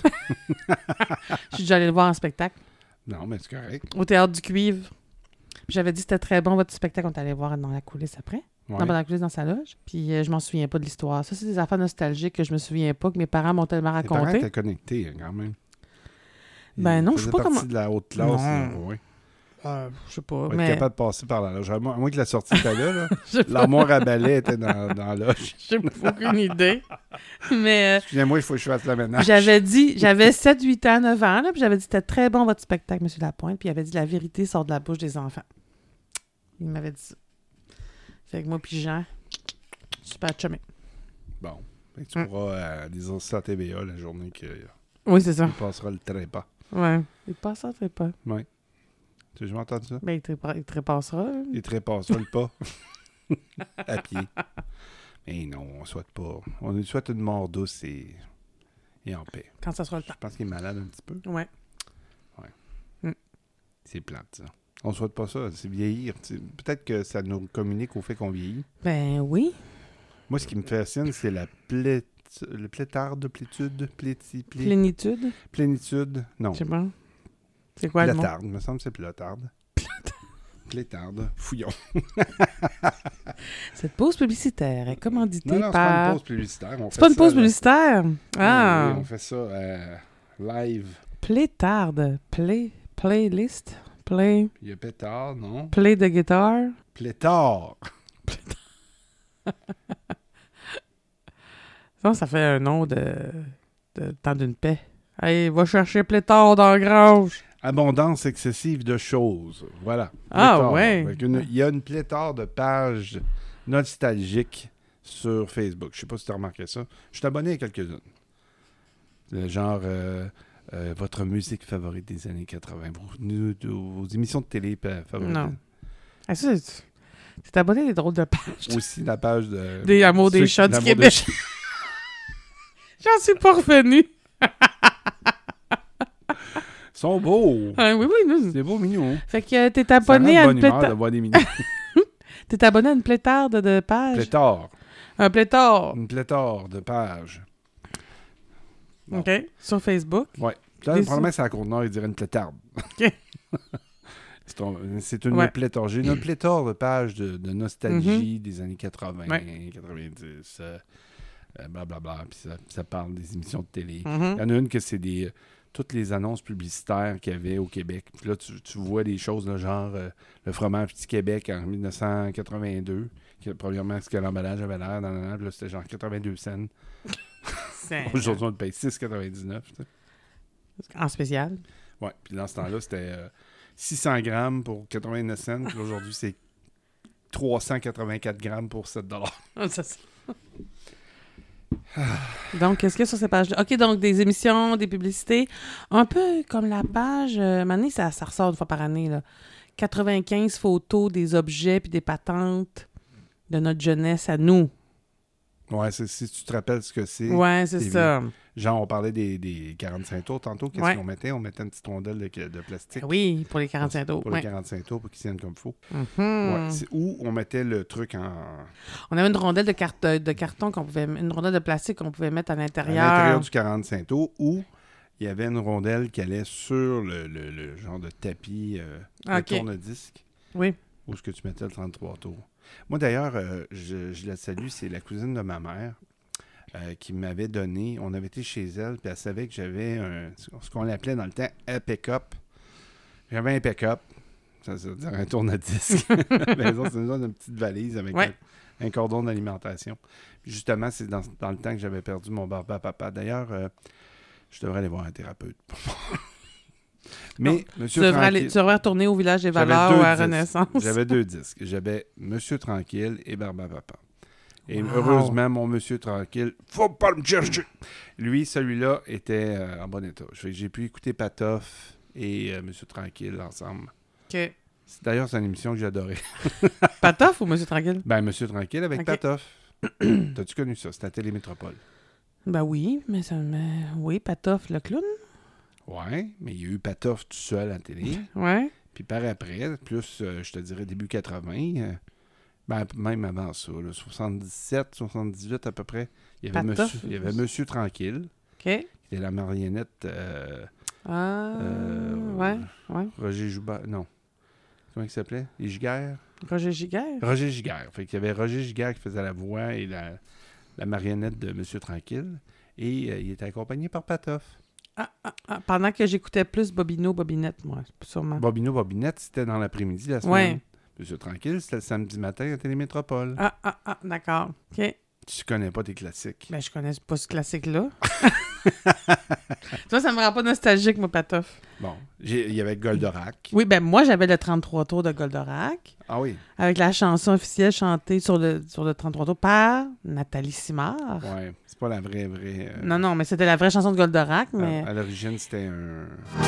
Je suis déjà allée le voir en spectacle. Non, mais c'est correct. Au Théâtre du Cuivre. Puis j'avais dit que c'était très bon, votre spectacle. On est allé voir dans la coulisse après. Ouais. Dans la coulisse, dans sa loge. Puis je m'en souviens pas de l'histoire. Ça, c'est des affaires nostalgiques que je me souviens pas, que mes parents m'ont tellement Tes parents raconté. étaient connectés, hein, quand même. Ben non, Ils je sais faisaient pas comment... partie de la haute classe. Non. Là, ouais. Je sais pas, On va mais... être capable de passer par la loge. À moins que la sortie était là. Je sais pas. L'armoire à balai était dans la loge. J'ai aucune idée. Mais Excusez-moi, il faut que je fasse le ménage. j'avais 7, 8 ans, 9 ans, là, puis j'avais dit c'était très bon votre spectacle, M. Lapointe. Puis il avait dit la vérité sort de la bouche des enfants. Il m'avait dit ça. Fait que moi puis Jean, super chumé. Bon. Fait que tu pourras dire ça à TVA la journée qu'il Oui, c'est ça. passera le trépas. Ouais. Il passerait pas. Oui. Tu as jamais entendu ça? Ben, il te repassera. Il trépassera le pas. À pied. Mais non, on souhaite pas. On lui souhaite une mort douce et en paix. Quand ça sera le Je temps. pense qu'il est malade un petit peu. Ouais. C'est plate, ça. On souhaite pas ça, c'est vieillir. Peut-être que ça nous communique au fait qu'on vieillit. Ben oui. Moi, ce qui me fascine, c'est le plétarde, Plénitude. plénitude. Non, Je sais pas. C'est quoi le mot? plétarde, me semble que c'est plétarde. Plétarde, fouillon. Cette pause publicitaire est commanditée Non, c'est pas par... une pause publicitaire. C'est pas une pause publicitaire? Ah! Ah! Oui, on fait ça live. Plétarde. Playlist. Play Il y a pétard, non? de guitare. Plétard! Ça fait un nom de temps d'une paix. Hey, va chercher plétard dans la grange. Abondance excessive de choses. Voilà. Ah, Pléthore. ouais. Fait il y a une pléthore de pages nostalgiques sur Facebook. Je sais pas si tu as remarqué ça. Je suis abonné à quelques-unes. Le genre votre musique favorite des années 80. Vos émissions de télé favorites. Non. Ah, ça, c'est abonné à des drôles de pages. Aussi la page de... Des amours des chats du L'amour Québec. des chats. J'en suis pas revenu. sont beaux. Oui. C'est beau, mignon. Fait que t'es abonné à une pléthore. De voir des mignons. T'es abonné à une pléthore de pages? Pléthore. Un pléthore. Une pléthore de pages. Bon. OK. Sur Facebook? Oui. Là, probablement, c'est à Côte-Nord, il dirait une plétarde. OK. C'est une pléthore. J'ai une pléthore de pages de nostalgie des années 80, 90, blablabla. Puis ça parle des émissions de télé. Il y en a une que c'est toutes les annonces publicitaires qu'il y avait au Québec. Puis là, tu vois des choses là, genre le fromage Petit Québec en 1982. Premièrement, ce que l'emballage avait l'air dans la là, c'était genre 82 cents. Aujourd'hui, on le paye 6,99. En spécial. Oui, puis dans ce temps-là, c'était 600 grammes pour 89 cents. Puis aujourd'hui, c'est 384 grammes pour 7 Donc, qu'est-ce qu'il y a sur ces pages-là? OK, donc des émissions, des publicités. Un peu comme la page... maintenant, ça ressort une fois par année, là. 95 photos des objets puis des patentes de notre jeunesse à nous. Ouais, si tu te rappelles ce que c'est. Ouais, c'est ça. Genre, on parlait des 45 tours tantôt. Qu'est-ce qu'on mettait? On mettait une petite rondelle de plastique. Oui, pour les 45 tours. Pour les 45 tours, pour qu'ils tiennent comme il faut. Mm-hmm. Où on mettait le truc en... On avait une rondelle de carton qu'on pouvait... Une rondelle de plastique qu'on pouvait mettre à l'intérieur. À l'intérieur du 45 tours, où il y avait une rondelle qui allait sur le genre de tapis de tourne-disque. Oui. Où est-ce que tu mettais le 33 tours. Moi, d'ailleurs, je la salue, c'est la cousine de ma mère qui m'avait donné... On avait été chez elle, puis elle savait que j'avais ce qu'on appelait dans le temps un pick-up. J'avais un pick-up, ça veut dire un tourne-disque. Mais ça, c'est une petite valise avec un cordon d'alimentation. Puis justement, c'est dans le temps que j'avais perdu mon barbe à papa. D'ailleurs, je devrais aller voir un thérapeute. Mais tu devrais retourner au Village des Valeurs ou à Renaissance. J'avais 2 disques. J'avais Monsieur Tranquille et Barbe à Papa. Et heureusement, mon Monsieur Tranquille, faut pas me chercher. Lui, celui-là, était en bon état. J'ai pu écouter Patoff et Monsieur Tranquille ensemble. OK. D'ailleurs, c'est une émission que j'adorais. Patoff ou Monsieur Tranquille? Ben, Monsieur Tranquille avec Patoff. T'as-tu connu ça? C'était à Télémétropole. Ben oui, mais oui, Patoff, le clown. Oui, mais il y a eu Patoff tout seul à la télé. Oui. Puis par après, plus, je te dirais, début 80, même avant ça, là, 77, 78 à peu près, il y avait Monsieur Tranquille, qui était la marionnette... Roger Joubert, non. Comment il s'appelait? Les Giguère? Roger Giguère? Roger Giguère. Fait qu'il y avait Roger Giguère qui faisait la voix et la marionnette de Monsieur Tranquille. Et il était accompagné par Patoff. Pendant que j'écoutais plus Bobinette, moi, sûrement. Bobinette, c'était dans l'après-midi la semaine. Monsieur Tranquille, c'était le samedi matin à Télémétropole. D'accord. OK. Tu connais pas tes classiques. Ben, je connais pas ce classique-là. Tu vois, ça me rend pas nostalgique, moi, Patoff. Bon, il y avait Goldorak. Oui, ben moi, j'avais le 33 tours de Goldorak. Ah oui? Avec la chanson officielle chantée sur le 33 tours par Nathalie Simard. Oui, c'est pas la vraie... Non, mais c'était la vraie chanson de Goldorak, mais... À l'origine, c'était un...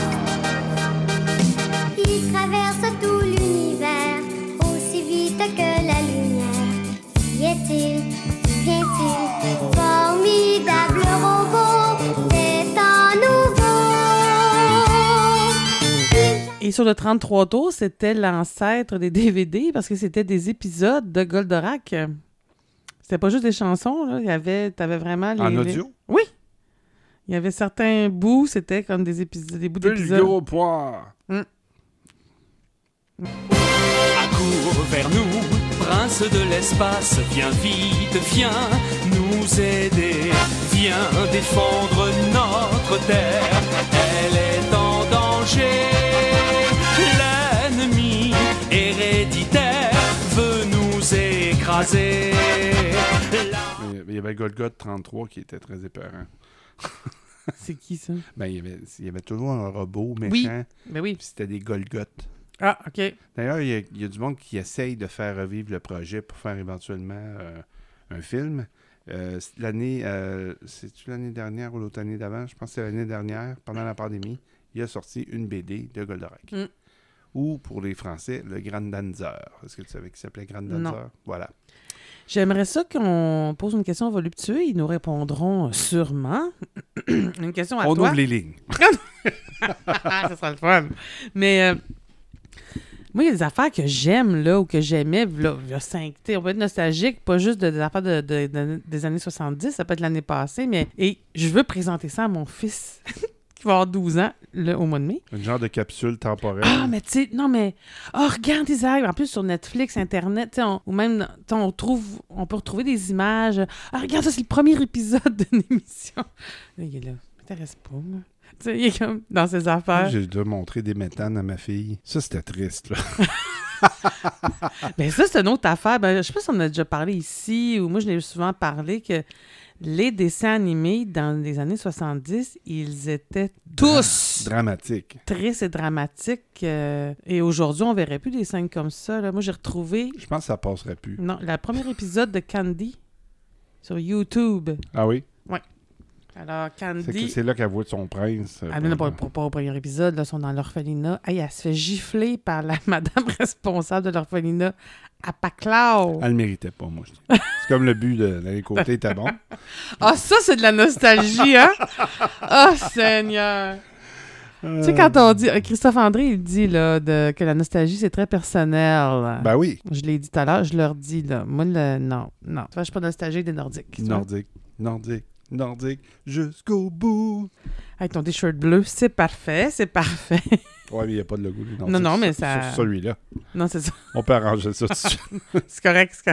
Il traverse tout l'univers, aussi vite que la lumière. Y est-il, vient-il, formidable robot, c'est un nouveau. Et sur le 33 tours, c'était l'ancêtre des DVD parce que c'était des épisodes de Goldorak. C'était pas juste des chansons, là. T'avais vraiment les... En audio? Oui! Il y avait certains bouts, c'était comme des bouts d'épisodes. Gros poire! Accours vers nous, prince de l'espace, viens vite, viens nous aider, viens défendre notre terre, elle est en danger, l'ennemi héréditaire veut nous écraser. Il y avait Golgoth 33 qui était très épeurant. C'est qui ça? Ben, il y avait toujours un robot méchant. Oui, ben oui. Puis c'était des Golgoths. Ah, OK. D'ailleurs, il y a du monde qui essaye de faire revivre le projet pour faire éventuellement un film. C'est-tu l'année dernière ou l'autre année d'avant? Je pense que c'est l'année dernière, pendant la pandémie, il a sorti une BD de Goldorak. Ou, pour les Français, le Grand Danzer. Est-ce que tu savais qu'il s'appelait Grand Danzer? Non. Voilà. J'aimerais ça qu'on pose une question voluptueuse. Ils nous répondront sûrement. Une question à toi. On ouvre les lignes. Ça sera le fun. Mais moi, il y a des affaires que j'aime, là, ou que j'aimais, là, il y a 5. On peut être nostalgique, pas juste des affaires des années 70, ça peut être l'année passée, mais... Et je veux présenter ça à mon fils, qui va avoir 12 ans, là, au mois de mai. Un genre de capsule temporelle. Ah, mais tu sais, non, mais... Oh, regarde Isaac, en plus, sur Netflix, Internet, tu sais, ou même, on peut retrouver des images. Ah, regarde, ça, c'est le premier épisode d'une émission. Là, il est là. M'intéresse pas, moi. Tu sais, il est comme dans ses affaires. J'ai dû montrer des méthanes à ma fille. Ça, c'était triste, là. Ben ça, c'est une autre affaire. Ben, je sais pas si on en a déjà parlé ici, ou moi, je l'ai souvent parlé, que les dessins animés dans les années 70, ils étaient tous Dramatique. tristes et dramatiques. Et aujourd'hui, on verrait plus des scènes comme ça. Là. Moi, j'ai retrouvé... Je pense que ça passerait plus. Non, le premier épisode de Candy sur YouTube. Ah oui? Alors, Candy... C'est là qu'elle voit son prince. Ah, non, pas au premier épisode, là, ils sont dans l'orphelinat. Hey, elle se fait gifler par la madame responsable de l'orphelinat à Paclao. Elle le méritait pas, moi, je dis. C'est comme le but d'aller côté était bon. Ah, ça, c'est de la nostalgie, hein? Oh, Seigneur! Tu sais, quand on dit... Christophe André, il dit là, que la nostalgie, c'est très personnel. Ben oui. Je l'ai dit tout à l'heure, je leur dis, là. Moi, non. Tu vois, je suis pas nostalgique des Nordiques. tu vois. Nordique, jusqu'au bout. Hey, ton t-shirt bleu, c'est parfait. Ouais, mais il n'y a pas de logo. Non, mais ça... Sur celui-là. Non, c'est ça. On peut arranger ça tout de suite. C'est correct.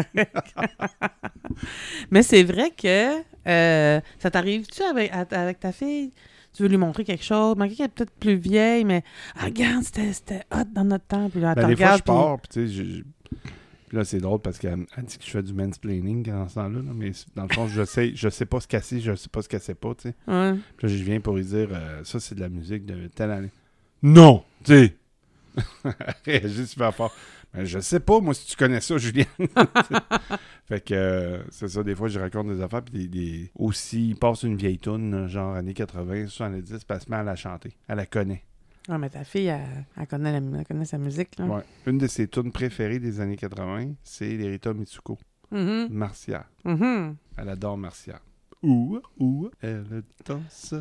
Mais c'est vrai que ça t'arrive-tu avec ta fille? Tu veux lui montrer quelque chose? Malgré qu'elle est peut-être plus vieille, mais regarde, c'était hot dans notre temps. Puis là, Des fois, je pars, puis tu sais, puis là, c'est drôle parce qu'elle dit que je fais du mansplaining dans ce temps-là, là, mais dans le fond, je sais pas ce qu'elle sait, je sais pas ce qu'elle sait pas, tu sais. Ouais. Puis là, je viens pour lui dire, ça, c'est de la musique de telle année. Non! Tu sais! Elle réagit super fort. Mais je sais pas, moi, si tu connais ça, Julien. Fait que, c'est ça, des fois, je raconte des affaires, puis aussi, il passe une vieille toune, genre années 80, 70, puis elle se met à la chanter. Elle la connaît. Ah, mais ta fille, elle connaît sa musique, là. Ouais. Une de ses tunes préférées des années 80, c'est les Rita Mitsuko. Mm-hmm. Marcia. Mm-hmm. Elle adore Marcia. Ouh, elle danse.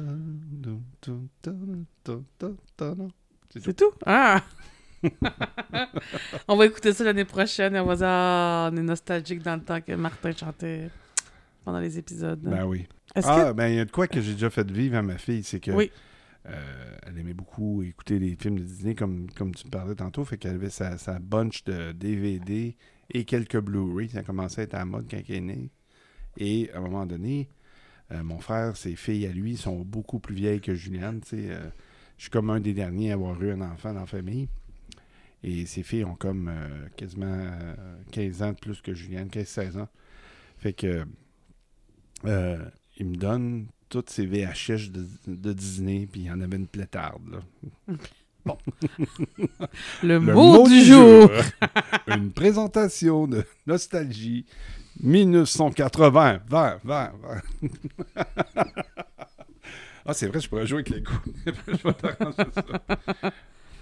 C'est tout? Ah! On va écouter ça l'année prochaine et on va dire, on est nostalgique dans le temps que Martin chantait pendant les épisodes. Ben oui. Est-ce il y a de quoi que j'ai déjà fait vivre à ma fille, c'est que Oui. elle aimait beaucoup écouter les films de Disney comme tu me parlais tantôt, fait qu'elle avait sa bunch de DVD et quelques Blu-ray. Ça commençait à être à la mode quand elle est née. Et à un moment donné, mon frère, ses filles à lui sont beaucoup plus vieilles que Juliane. Je suis comme un des derniers à avoir eu un enfant dans la famille. Et ses filles ont comme quasiment 15 ans de plus que Juliane, 15-16 ans. Fait que il me donne toutes ces VHS de Disney, puis il y en avait une plétarde, là. Bon. Le mot du jour! Une présentation de nostalgie 1980. 20. Ah, c'est vrai, je pourrais jouer avec les coups. Je vais t'arranger ça.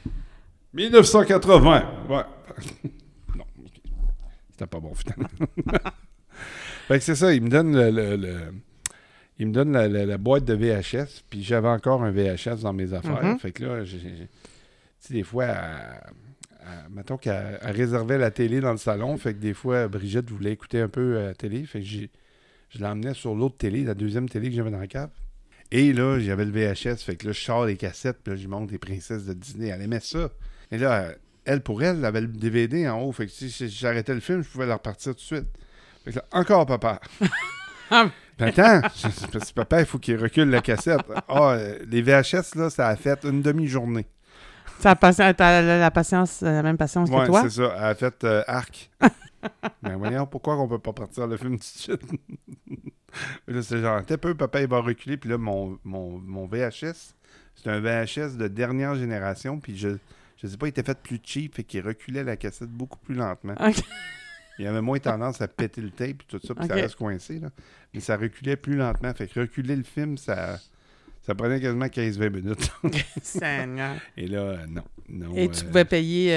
1980. Ouais. Non. C'était pas bon, finalement. Fait que c'est ça, il me donne il me donne la boîte de VHS, puis j'avais encore un VHS dans mes affaires. Mm-hmm. Fait que là, tu sais, des fois, mettons qu'elle réservait la télé dans le salon, fait que des fois, Brigitte voulait écouter un peu la télé, fait que je l'emmenais sur l'autre télé, la deuxième télé que j'avais dans la cave. Et là, j'avais le VHS, fait que là, je sors les cassettes, puis là, j'y montre les princesses de Disney. Elle aimait ça. Et là, elle avait le DVD en haut, fait que si j'arrêtais le film, je pouvais la repartir tout de suite. Fait que là, encore papa. Puis attends, parce que papa, il faut qu'il recule la cassette. Les VHS, là, ça a fait une demi-journée. T'as la patience, la même patience que toi? Ouais, c'est ça. Elle a fait arc. Mais voyons, pourquoi on peut pas partir le film tout de suite? Là, c'est genre, t'es peu, papa, il va reculer. Puis là, mon VHS, c'est un VHS de dernière génération. Puis je sais pas, il était fait plus cheap, fait qu'il reculait la cassette beaucoup plus lentement. Okay. Il avait moins tendance à péter le tape et tout ça, puis ça reste coincé, là. Mais ça reculait plus lentement. Fait que reculer le film, ça prenait quasiment 15-20 minutes. Seigneur. Et là, non. Et tu pouvais payer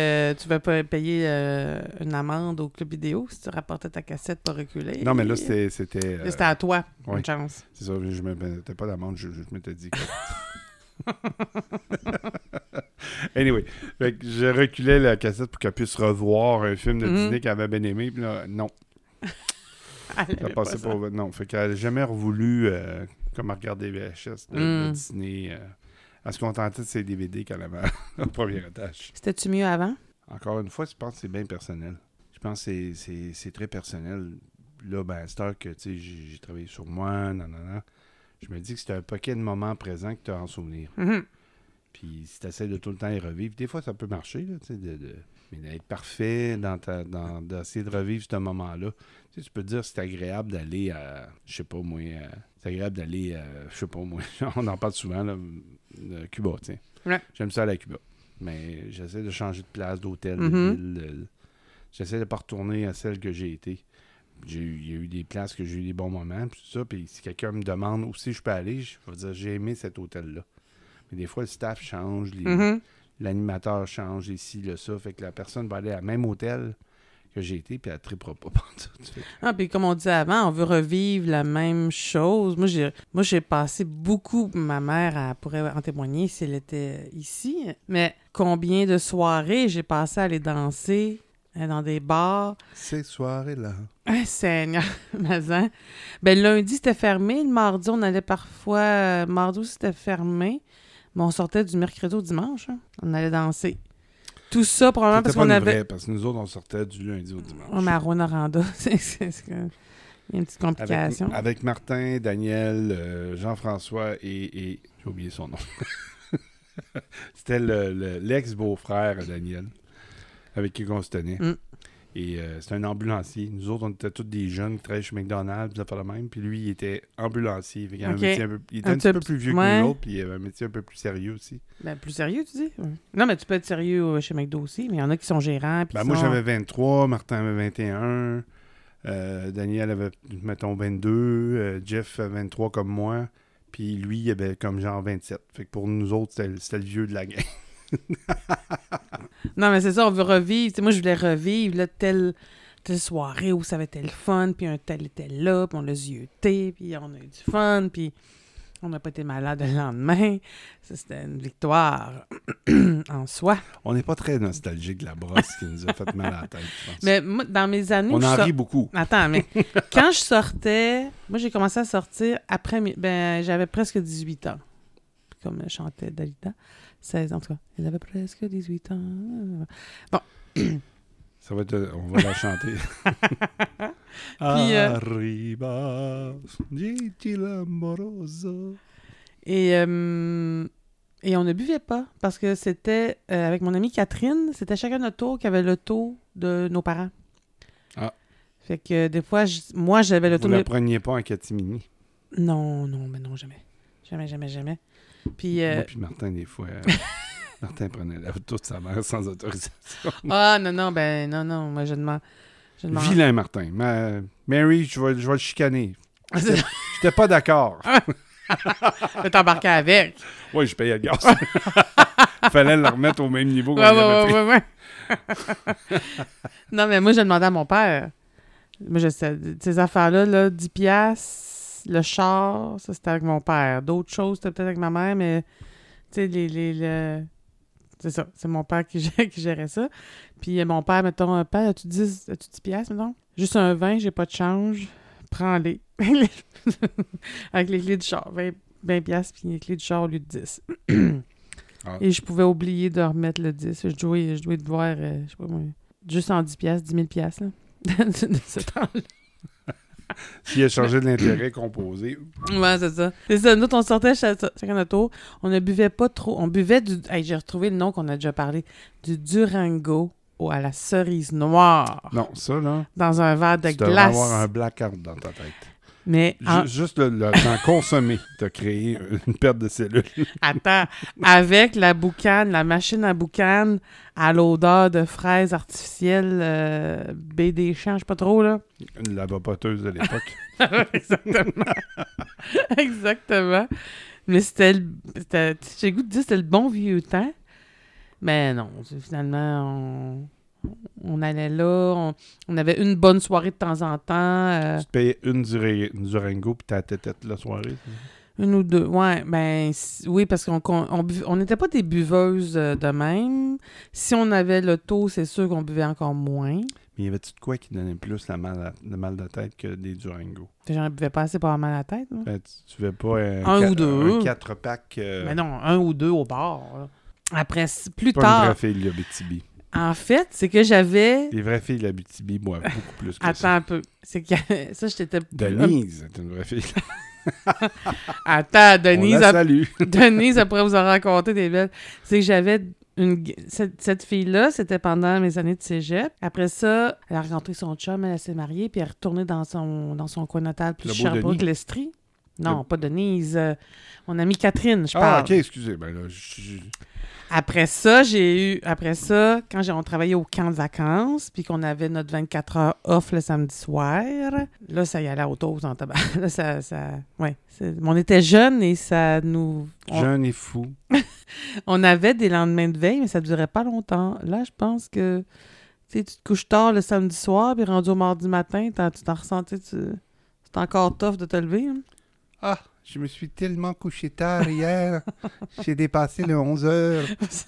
une amende au club vidéo si tu rapportais ta cassette pas reculée. Non, mais là, c'était Là, c'était à toi, ouais. une chance. C'est ça, je ne me mettais pas d'amende, je m'étais dit que... Anyway, fait que je reculais la cassette pour qu'elle puisse revoir un film de Mhm. Disney qu'elle avait bien aimé. Puis là, non. Elle Ça aimait passait pas ça. pas. Non. Fait qu'elle n'a jamais revoulu comme regarder VHS de Disney. Elle se contentait de ses DVD qu'elle avait au premier étage. C'était-tu mieux avant? Encore une fois, je pense que c'est bien personnel. Je pense que c'est très personnel. Là, ben, à cette heure que j'ai travaillé sur moi, non. Je me dis que c'est un paquet de moments présents que tu as en souvenir. Mhm. Puis si tu essaies de tout le temps y revivre, des fois ça peut marcher, là, mais d'être parfait, d'essayer de revivre ce moment-là. Tu peux te dire c'est agréable d'aller à, je sais pas moi, c'est agréable d'aller à, je sais pas moi, on en parle souvent, là, Cuba, tu sais. Ouais. J'aime ça aller à Cuba. Mais j'essaie de changer de place, d'hôtel, de Mhm. ville. J'essaie de ne pas retourner à celle que j'ai été. Il y a eu des places que j'ai eu des bons moments, puis tout ça. Puis si quelqu'un me demande où si je peux aller, je vais dire j'ai aimé cet hôtel-là. Mais des fois, le staff change, Mhm. l'animateur change, ici, le ça. Fait que la personne va aller à même hôtel que j'ai été, puis elle ne trippera pas pantoute. Fait que- Ah, puis comme on disait avant, on veut revivre la même chose. Moi, j'ai passé beaucoup, ma mère elle pourrait en témoigner si elle était ici, mais combien de soirées j'ai passé à aller danser dans des bars. Ces soirées-là. Ah, Seigneur, mais hein. Ben, lundi, c'était fermé. Le mardi, on allait parfois... mardi aussi, c'était fermé. Mais on sortait du mercredi au dimanche. Hein. On allait danser. Tout ça, probablement C'était parce pas qu'on une avait... vraie, parce que nous autres, on sortait du lundi au dimanche. Oh, mais à Rwanda, il y a une petite complication. Avec Martin, Daniel, Jean-François et j'ai oublié son nom. C'était l'ex-beau-frère à Daniel, avec qui on se tenait. Mm. Et c'était un ambulancier. Nous autres, on était tous des jeunes qui travaillaient chez McDonald's, ça fait le même. Puis lui, il était ambulancier. Fait qu'il avait Ok. un métier il était un petit peu plus vieux ouais. que nous autres, puis il avait un métier un peu plus sérieux aussi. Ben, plus sérieux, tu dis? Ouais. Non, mais tu peux être sérieux chez McDo aussi, mais il y en a qui sont gérants. Puis Ben, qui moi, sont- j'avais 23, Martin avait 21, Daniel avait, mettons, 22, Jeff avait 23 comme moi, puis lui, il avait comme genre 27. Fait que pour nous autres, c'était le vieux de la gang. Non, mais c'est ça, on veut revivre. Tu sais, moi, je voulais revivre là, telle soirée où ça avait été le fun, puis un tel était là, puis on l'a zioté, puis on a eu du fun, puis on n'a pas été malade le lendemain. Ça, c'était une victoire en soi. On n'est pas très nostalgique de la brosse qui nous a fait mal à la tête, je pense. Mais moi, dans mes années... On je en sor- rit beaucoup. Attends, mais quand je sortais... Moi, j'ai commencé à sortir après... Ben, j'avais presque 18 ans. Comme chantait Dalida. 16 ans, en tout cas. Elle avait presque 18 ans. Bon. Ça va être, on va la chanter. Puis, Arriba, Gigi l'amoroso. Et on ne buvait pas parce que c'était avec mon amie Catherine, c'était chacun notre tour qui avait le taux de nos parents. Ah. Fait que des fois, moi, j'avais le Vous taux ne de... la preniez pas en catimini. Non, mais non, jamais. Jamais. Puis... Moi puis Martin, des fois, Martin prenait la photo de sa mère sans autorisation. Ah, non, moi, je demande... Vilain Martin. Mary, je vais le chicaner. J'étais pas d'accord. Je vais t'embarquer avec. Oui, je payais le gaz. Fallait le remettre au même niveau qu'on avait pris. Ouais. Non, mais moi, j'ai demandé à mon père. Moi, je sais, ces affaires-là, là, 10 piastres, le char, ça, c'était avec mon père. D'autres choses, c'était peut-être avec ma mère, mais, tu sais, c'est ça. C'est mon père qui gérait ça. Puis mon père, mettons, père, as-tu 10 piastres, mettons? Juste un 20, j'ai pas de change. Prends-les. Avec les clés du char. 20 piastres, puis les clés du char au lieu de 10. Ah. Et je pouvais oublier de remettre le 10. Je dois devoir, je sais pas moi, juste en 10 piastres, 10 000 piastres, là. de ce temps-là. S'il a changé de l'intérêt composé. Ouais, c'est ça. C'est ça. Nous, on sortait chacun notre tour. On ne buvait pas trop. On buvait du... Hey, j'ai retrouvé le nom qu'on a déjà parlé. Du Durango à la cerise noire. Non, ça, là, Dans un verre de tu devrais glace. avoir un blackout dans ta tête. Mais Juste d'en consommer, t'as créé une perte de cellules. attends, avec la boucane, la machine à boucane, à l'odeur de fraises artificielles, baie des champs, je sais pas trop, là. La vapoteuse de l'époque. Exactement. Mais j'ai le goût de dire que c'était le bon vieux temps. Mais non, finalement, on allait là, on avait une bonne soirée de temps en temps. Tu te payais une Durango puis ta tête la soirée. Une ou deux, ouais. Ben, oui, parce on n'était pas des buveuses de même. Si on avait le taux, c'est sûr qu'on buvait encore moins. Mais y avait-tu de quoi qui donnait plus le mal de tête que des Durango? J'en buvais pas assez pour avoir mal à la tête. Là. Ben, tu veux pas Un ou deux. un 4-pack? Mais non, un ou deux au bar. Là. Après, plus pas une tard... vraie fille de l'Abitibi. En fait, c'est que j'avais... Les vraies filles de l'Abitibi boivent beaucoup plus que Attends ça. un peu. C'est que ça, j'étais... Denise est une vraie fille. Attends, Denise... On la salue. Denise, elle pourrait vous en raconter des belles. C'est que j'avais cette fille-là, c'était pendant mes années de cégep. Après ça, elle a rencontré son chum, elle s'est mariée, puis elle est retournée dans son coin natal, plus Le beau Sherbrooke, Denis? l'Estrie. Non, pas Denise. Mon amie Catherine, je Ah, parle. OK, excusez. Ben là, Après ça, quand on travaillait au camp de vacances, puis qu'on avait notre 24 heures off le samedi soir, là, ça y allait au toast en tabac. Là, ouais. On était jeunes et ça nous... Jeune et fou. On avait des lendemains de veille, mais ça ne durait pas longtemps. Là, je pense que tu te couches tard le samedi soir, puis rendu au mardi matin, tu t'en ressentais... C'est encore tough de te lever. Hein? Ah, je me suis tellement couché tard hier. J'ai dépassé le 11h.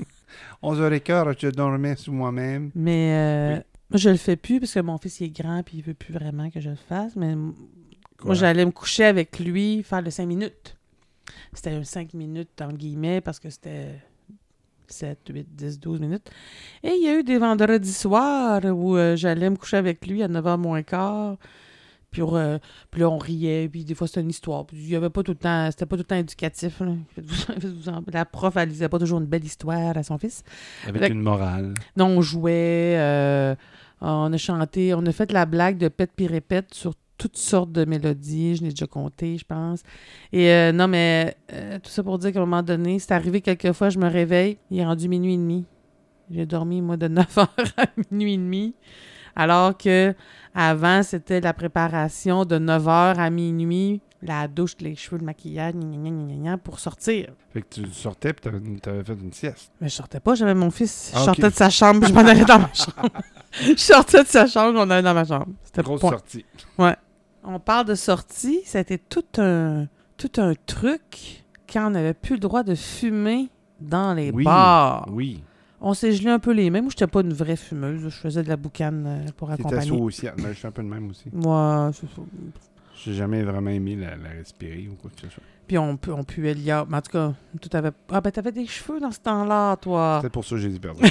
11h15, je dormais sous moi-même. Mais moi, je le fais plus parce que mon fils il est grand puis il veut plus vraiment que je le fasse. Mais moi, Quoi? j'allais me coucher avec lui, faire le 5 minutes. C'était un 5 minutes, entre guillemets, parce que c'était 7, 8, 10, 12 minutes. Et il y a eu des vendredis soirs où j'allais me coucher avec lui à 9h moins quart. Puis là, on riait, puis des fois, c'était une histoire. Puis il y avait pas tout le temps... C'était pas tout le temps éducatif. Là. La prof, elle lisait pas toujours une belle histoire à son fils. Avec une morale. Non, on jouait, on a chanté, on a fait la blague de pète puis répète sur toutes sortes de mélodies. Je l'ai déjà compté, je pense. Et non, mais tout ça pour dire qu'à un moment donné, c'est arrivé quelques fois, je me réveille, il est rendu minuit et demi. J'ai dormi, moi, de 9h à minuit et demi. Alors que avant, c'était la préparation de 9h à minuit, la douche, les cheveux, le maquillage, pour sortir. Fait que tu sortais et t'avais fait une sieste. Mais je sortais pas, j'avais mon fils. Je Ah, sortais ok. de sa chambre, puis je m'en allais dans ma chambre. Je sortais de sa chambre, on allait dans ma chambre. C'était Grosse point. sortie. Ouais. On parle de sortie, ça a été tout un truc quand on n'avait plus le droit de fumer dans les Oui, bars. oui. On s'est gelé un peu les mains. Moi, j'étais pas une vraie fumeuse. Je faisais de la boucane pour T'étais accompagner. social. Mais je suis un peu de même aussi. Moi, c'est ça. J'ai jamais vraiment aimé la respirer ou quoi que ce soit. Puis on puait l'iode. Mais en tout cas, tout avait... Ah, ben t'avais des cheveux dans ce temps-là, toi. C'est pour ça que j'ai perdu.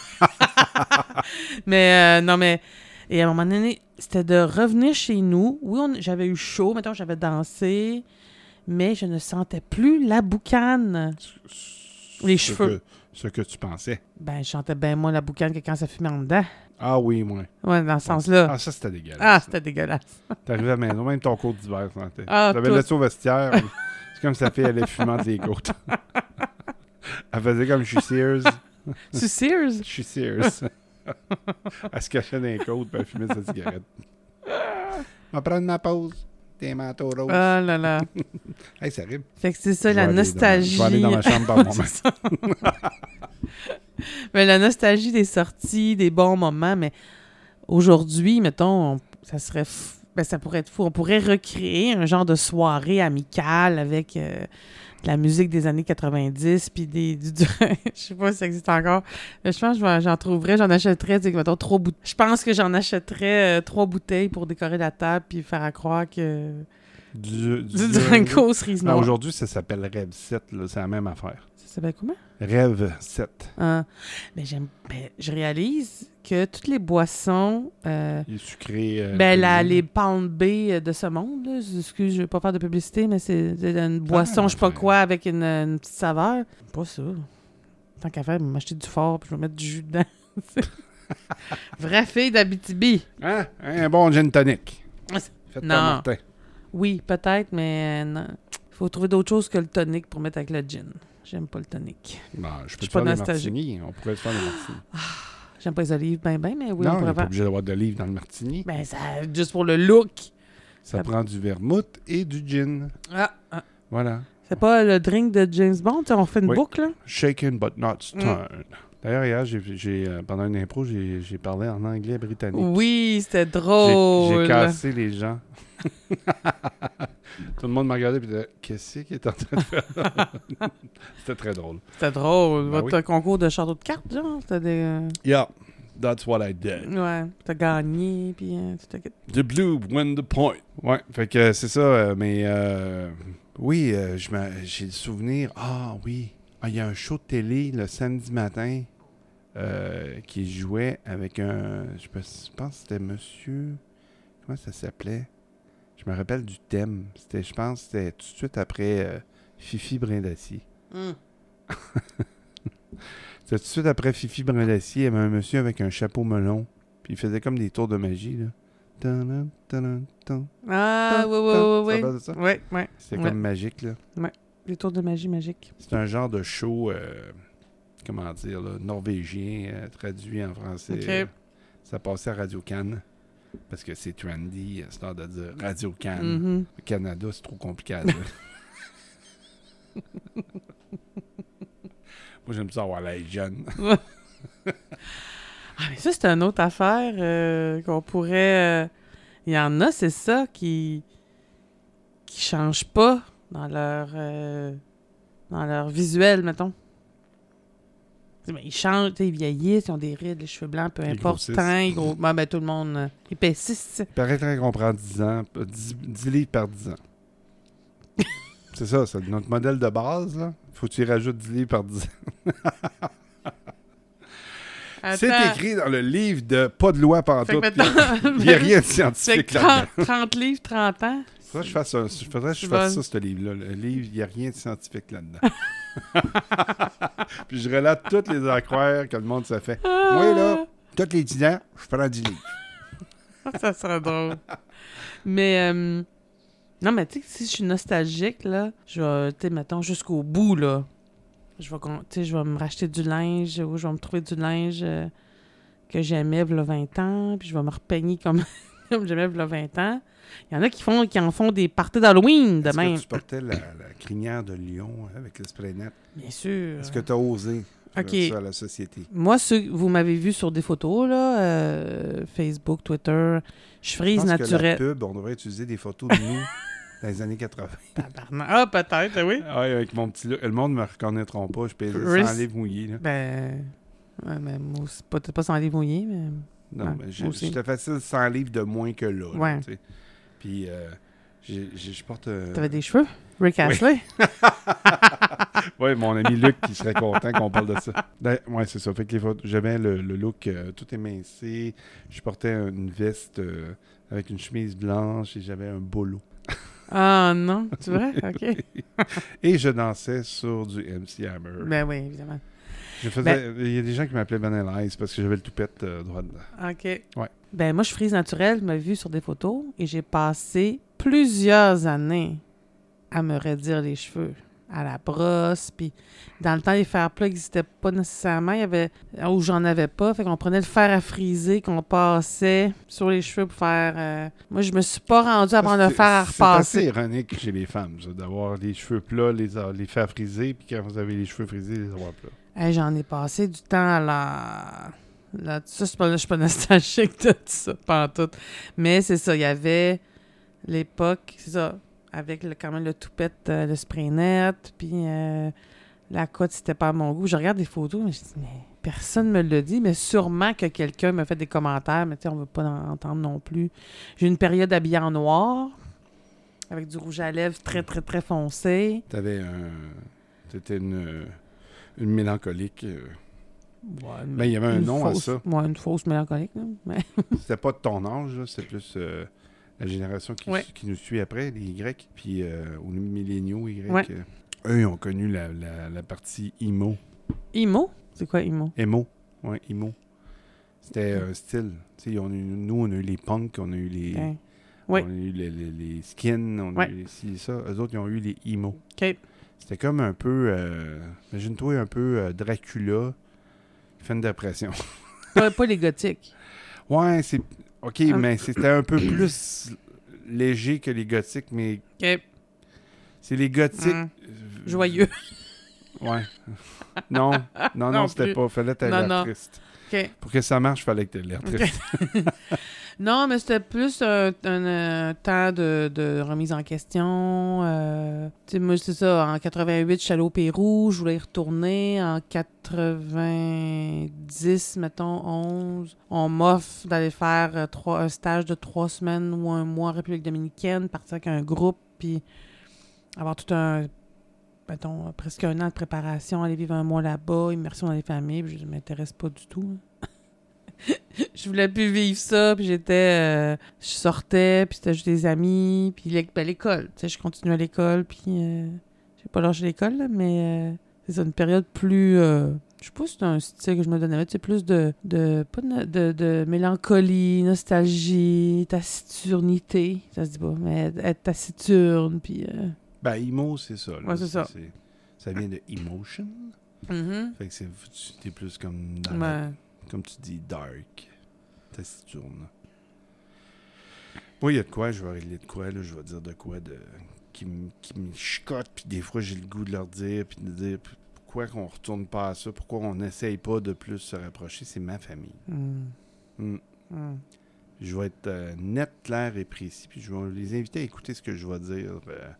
Mais non, mais... Et à un moment donné, c'était de revenir chez nous. Oui, j'avais eu chaud. Mettons, j'avais dansé. Mais je ne sentais plus la boucane. Les cheveux. Ce que tu pensais. Ben, je sentais bien moins la boucane que quand ça fumait en dedans. Ah oui, moi. Ouais, dans ce sens-là. Ah, ça, c'était dégueulasse. Ah, c'était dégueulasse. T'arrivais à la maison, même ton côte d'hiver sentait. Ah, T'avais tout. laissé au vestiaire. C'est comme si sa fille allait fumer entre les côtes. Elle faisait comme je suis Sears. Tu Sears? Je suis Sears. Elle se cachait dans les côtes et elle fumait sa cigarette. On va prendre ma pause. Des manteaux roses. Ah là là. Hey, c'est horrible. Fait que c'est ça, Je vais la aller nostalgie. Je vais aller dans ma chambre par moi-même. C'est ça. Mais la nostalgie des sorties, des bons moments, mais aujourd'hui, mettons, ça serait ben, ça pourrait être fou. On pourrait recréer un genre de soirée amicale avec de la musique des années 90, puis je sais pas si ça existe encore. Mais je pense que j'en trouverais, j'en achèterais, mettons, 3 bouteilles. Je pense que j'en achèterais 3 bouteilles pour décorer la table, puis faire à croire que Du Durango cerise Non, noire. aujourd'hui, ça s'appelle Rêve 7. là. C'est la même affaire. Ça s'appelle comment? Rêve 7. Ah. Mais je réalise que toutes les boissons, Il est sucré. les Palm Bay de ce monde, là, excuse, je vais pas faire de publicité, mais c'est une boisson, je sais pas quoi, avec une petite saveur. Pas ça. Tant qu'à faire, m'acheter du fort, puis je vais mettre du jus dedans. Vraie fille d'Abitibi. Hein? Un bon gin tonic. Faites Non. Martin. Oui, peut-être, mais non. Il faut trouver d'autres choses que le tonic pour mettre avec le gin. J'aime pas le tonic. Bon, je peux suis te pas faire des nostalgique. martinis. On pourrait se faire des martinis. J'aime pas les olives, ben, mais oui, non, on on pourrait n'est pas faire. obligé d'avoir de livres dans le martini. Ben, ça, juste pour le look. Ça prend du vermouth et du gin. Ah. Voilà. C'est pas le drink de James Bond? Tu sais, on fait une Oui. boucle, là? Shaken but not stirred. D'ailleurs, hier, pendant une impro, j'ai parlé en anglais britannique. Oui, c'était drôle. J'ai cassé les gens. Tout le monde m'a regardé et disait qu'est-ce qu'il est en train de faire? C'était très drôle. C'était drôle. Ben Votre concours de château de cartes, genre? T'as des... Yeah, that's what I did. Ouais, t'as gagné, puis The blue win the point. Ouais, fait que c'est ça, mais oui, j'ai le souvenir. Ah oui, il y a un show de télé le samedi matin qui jouait avec je pense que c'était monsieur... Comment ça s'appelait? Je me rappelle du thème. Je pense que c'était tout de suite après Fifi Brindacier. C'était tout de suite après Fifi Brindacier. Il y avait un monsieur avec un chapeau melon. Puis il faisait comme des tours de magie, là. Ah, oui. Ça va de ça? Oui. C'était comme magique, là. Des tours de magie magique. C'est un genre de show, comment dire, là, norvégien, traduit en français. OK. Ça passait à Radio-Can. Parce que c'est trendy, c'est l'heure de dire Radio-Can. Mm-hmm. Le Canada, c'est trop compliqué à dire. Moi, j'aime ça avoir l'air jeune. Ah, mais ça, c'est une autre affaire qu'on pourrait... Il y en a, c'est ça, qui changent pas dans leur visuel, mettons. Mais ils changent, ils vieillissent, ils ont des rides, les cheveux blancs, peu importe. Ben, tout le monde épaississe. Il paraîtrait qu'on prend 10 ans, 10 livres par 10 ans. C'est ça, c'est notre modèle de base, là. Faut que tu y rajoutes 10 livres par 10 ans. C'est écrit dans le livre de Pas de loi pantoute. Il n'y a rien de scientifique là-dedans. 30 livres, 30 ans. Faudrait que je fasse ça, ce livre-là. Le livre, il n'y a rien de scientifique là-dedans. Puis je relate toutes les affaires que le monde se fait. Moi, là, tous les 10 ans, je prends 10 livres. Ça serait drôle. Mais, non, mais tu sais, si je suis nostalgique, là, je vais, tu sais, mettons, jusqu'au bout, là. Je vais me racheter du linge, ou je vais me trouver du linge que j'aimais il y a 20 ans, puis je vais me repeigner comme j'aimais il y a 20 ans. Il y en a qui en font des parties d'Halloween de même. Est-ce que tu portais la crinière de lion avec le spray net? Bien sûr. Est-ce que tu as osé faire ça à la société? Moi, vous m'avez vu sur des photos, là, Facebook, Twitter, je frise naturel. Que la pub, on devrait utiliser des photos de nous dans les années 80. Ah, peut-être, oui. Ah, avec mon petit look. Le monde ne me reconnaîtront pas. Je paye 100 livres mouillés. Là. Ben, ouais, mais moi aussi, peut-être pas 100 livres mouillés, mais... Non, ouais, mais j'étais facile 100 livres de moins que là. Ouais. Là, puis, je porte... T'avais des cheveux? Rick Astley? Oui, mon ami Luc qui serait content qu'on parle de ça. Oui, c'est ça. Fait que j'avais le look tout émincé. Je portais une veste avec une chemise blanche et j'avais un bolo. Ah non, tu vois? OK. Et je dansais sur du MC Hammer. Ben oui, évidemment. Il y a des gens qui m'appelaient Vanilla Ice parce que j'avais le toupette droit dedans. OK. Ouais. Ben moi, je frise naturel, je m'avais vu sur des photos et j'ai passé plusieurs années à me raidir les cheveux à la brosse. Puis dans le temps, les fers plats n'existaient pas nécessairement. Il y avait où j'en avais pas. Fait qu'on prenait le fer à friser qu'on passait sur les cheveux pour faire... Moi, je me suis pas rendue à prendre le fer à repasser. C'est assez ironique chez les femmes, ça, d'avoir les cheveux plats, les fers frisés, puis quand vous avez les cheveux frisés, les avoir plats. Hey, j'en ai passé du temps à là, ça, je suis pas nostalgique de ça, pas en tout. Mais c'est ça, il y avait l'époque, c'est ça, avec quand même le toupette, le spray net, puis la cote, c'était pas à mon goût. Je regarde des photos, mais je dis, mais personne me l'a dit, mais sûrement que quelqu'un m'a fait des commentaires, mais tu sais, on veut pas en entendre non plus. J'ai eu une période habillée en noir, avec du rouge à lèvres très, très, très foncé. T'étais une mélancolique. Ouais, mais il y avait un nom à ça. Moi, une fausse mélancolique. Là, mais... C'était pas de ton âge, là, c'était plus la génération qui nous suit après, les Y, puis aux milléniaux Y. Ouais. Eux, ils ont connu la partie emo. Emo? C'est quoi emo? Emo, oui, emo. C'était un style. Nous, on a eu les punks, on a eu les... Okay. Oui. On a eu les skins, on a eu ça. Eux autres, ils ont eu les emo. OK. C'était comme un peu... imagine-toi un peu Dracula qui fait une dépression. pas les gothiques. Ouais, c'est... OK, mais c'était un peu plus léger que les gothiques, mais... OK. C'est les gothiques... Joyeux. Ouais. Non, c'était pas... Fallait être l'air triste. OK. Pour que ça marche, fallait que tu aies l'air triste. Non, mais c'était plus un temps de remise en question. Tu sais, moi, c'est ça. En 88, je suis allée au Pérou. Je voulais y retourner. En 90, mettons, 11, on m'offre d'aller faire un stage de 3 semaines ou un mois en République dominicaine, partir avec un groupe, puis avoir tout un... mettons, presque un an de préparation, aller vivre un mois là-bas, immersion dans les familles, puis je ne m'intéresse pas du tout. Je voulais plus vivre ça, puis je sortais, puis c'était juste des amis, puis l'école, tu sais, je continuais à l'école, puis j'ai pas lâché l'école, là, mais c'est une période plus, je sais pas si c'est un style que je me donnais, c'est plus de mélancolie, nostalgie, taciturnité, ça se dit pas, mais être taciturne, puis... Ben, emo, c'est ça. Là. Ouais, c'est ça. Ça vient de emotion. Mm-hmm. Fait que t'es plus comme dans comme tu dis, dark. Taciturne. Moi, il y a de quoi, je vais régler de quoi, là, je vais dire de quoi qui me chicote, puis des fois, j'ai le goût de leur dire, puis de dire pourquoi qu'on retourne pas à ça, pourquoi on n'essaye pas de plus se rapprocher, c'est ma famille. Je vais être net, clair et précis, puis je vais les inviter à écouter ce que je vais dire.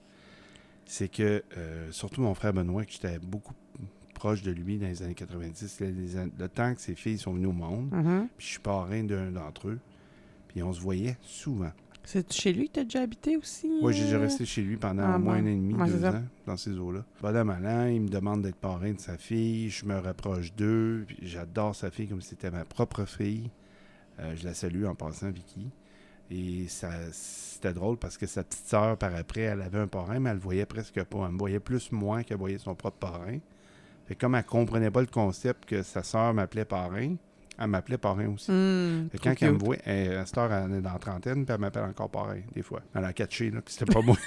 C'est que, surtout mon frère Benoît, que j'étais beaucoup proche de lui dans les années 90, le temps que ses filles sont venues au monde, puis je suis parrain d'un d'entre eux, puis on se voyait souvent. C'est chez lui que tu as déjà habité aussi? Oui, j'ai déjà resté chez lui pendant au moins 1 an et demi, 2 ans, dans ces eaux-là. Bon an, il me demande d'être parrain de sa fille, je me rapproche d'eux, puis j'adore sa fille comme si c'était ma propre fille. Je la salue en passant, Vicky. Et c'était drôle parce que sa petite sœur, par après, elle avait un parrain, mais elle le voyait presque pas. Elle me voyait plus moi qu'elle voyait son propre parrain. Fait que comme elle comprenait pas le concept que sa sœur m'appelait parrain, elle m'appelait parrain aussi. Fait que quand elle me voit, à cette heure, elle est dans la trentaine, puis elle m'appelle encore parrain, des fois. Elle a catché, là, que c'était pas moi.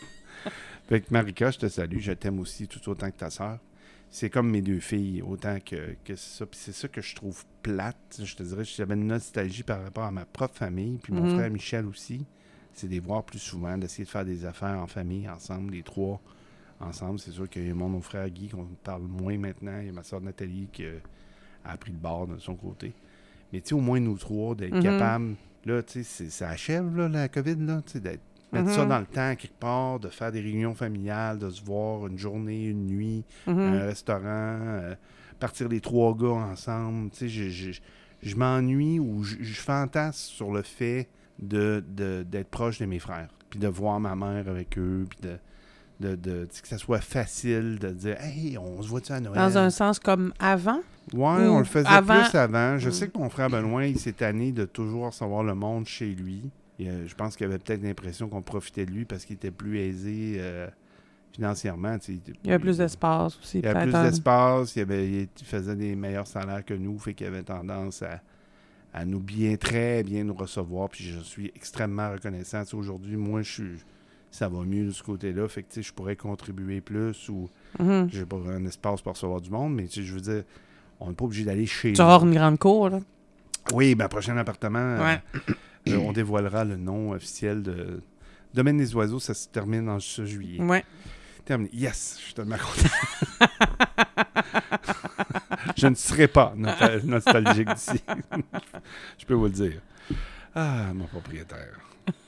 Fait que Marika, je te salue, je t'aime aussi tout autant que ta sœur. C'est comme mes 2 filles, autant que c'est ça. Puis c'est ça que je trouve plate. Je te dirais, j'avais une nostalgie par rapport à ma propre famille, puis mon frère Michel aussi. C'est de les voir plus souvent, d'essayer de faire des affaires en famille, ensemble, les 3 ensemble. C'est sûr qu'il y a mon frère Guy, qu'on parle moins maintenant. Il y a ma soeur Nathalie qui a pris le bord de son côté. Mais tu sais, au moins nous 3, d'être capables... Là, tu sais, ça achève, là, la COVID, là, tu sais, d'être mettre ça dans le temps quelque part, de faire des réunions familiales, de se voir une journée, une nuit, un restaurant, partir les 3 gars ensemble. Tu sais, je m'ennuie ou je fantasme sur le fait d'être proche de mes frères, puis de voir ma mère avec eux, puis que ça soit facile de dire « Hey, on se voit-tu à Noël? » Dans un sens comme avant? Oui, on le faisait plus avant. Je sais que mon frère Benoît, il s'est tanné de toujours recevoir le monde chez lui. Et, je pense qu'il avait peut-être l'impression qu'on profitait de lui parce qu'il était plus aisé financièrement. Il y avait plus d'espace aussi. Il y avait plus d'espace, il faisait des meilleurs salaires que nous, fait qu'il avait tendance à nous très bien nous recevoir. Puis je suis extrêmement reconnaissant. Aujourd'hui, moi, ça va mieux de ce côté-là. Fait que je pourrais contribuer plus ou j'ai pas un espace pour recevoir du monde, mais je veux dire, on n'est pas obligé d'aller chez nous. Tu vas avoir une grande cour, là? Oui, ben prochain appartement... on dévoilera le nom officiel de Domaine des Oiseaux. Ça se termine en juillet. Ouais. Terminé. Yes! Je suis tellement content. Je ne serai pas nostalgique d'ici. Je peux vous le dire. Ah, mon propriétaire.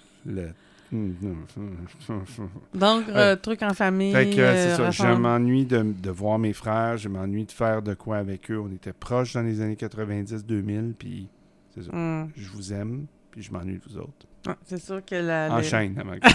Donc, truc en famille. Fait que c'est ça. Je m'ennuie de voir mes frères. Je m'ennuie de faire de quoi avec eux. On était proches dans les années 90-2000. Puis, c'est ça. Je vous aime. Puis je m'ennuie de vous autres. Ah, c'est sûr que Enchaîne,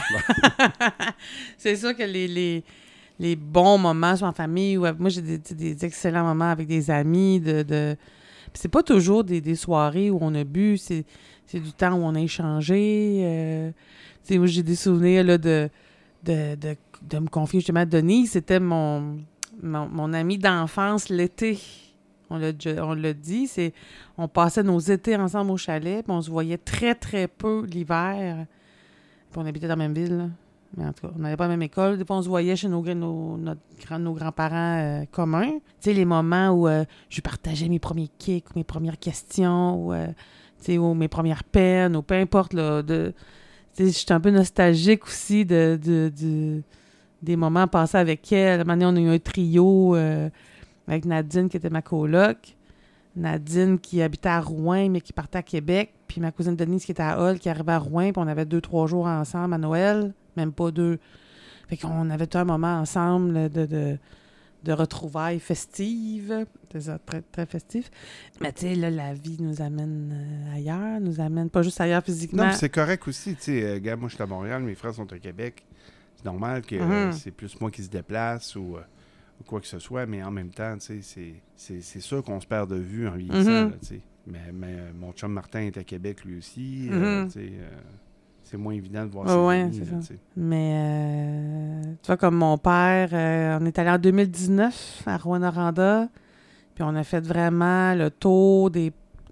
c'est sûr que les bons moments en famille, moi j'ai des excellents moments avec des amis. Puis c'est pas toujours des soirées où on a bu, c'est du temps où on a échangé. Moi j'ai des souvenirs là, de me confier justement à Denis. C'était mon ami d'enfance l'été. On l'a dit, on passait nos étés ensemble au chalet, puis on se voyait très, très peu l'hiver. Puis on habitait dans la même ville, là. Mais en tout cas, on n'allait pas à la même école. Des fois, on se voyait chez nos grands-parents communs. Tu sais, les moments où je partageais mes premiers kicks, mes premières questions, ou mes premières peines, ou peu importe, là. J'étais un peu nostalgique aussi des moments passés avec elle. À un moment donné, on a eu un trio... avec Nadine, qui était ma coloc. Nadine, qui habitait à Rouen, mais qui partait à Québec. puis ma cousine Denise qui était à Hull, qui arrivait à Rouen, puis on avait 2-3 jours ensemble à Noël, même pas 2. Fait qu'on avait tout un moment ensemble de retrouvailles festives. C'est ça, très, très festif. Mais tu sais, là, la vie nous amène ailleurs, nous amène pas juste ailleurs physiquement. Non, puis c'est correct aussi. Tu sais, gars, moi, je suis à Montréal, mes frères sont au Québec. C'est normal que c'est plus moi qui se déplace ou quoi que ce soit, mais en même temps, tu sais, c'est sûr qu'on se perd de vue en vieillissant, là, tu sais. Mais mon chum Martin est à Québec, lui aussi. Tu sais, c'est moins évident de voir ses amis, c'est là, ça. tu sais. Mais, tu vois, comme mon père, on est allé en 2019 à Rouyn-Noranda, puis on a fait vraiment le tour des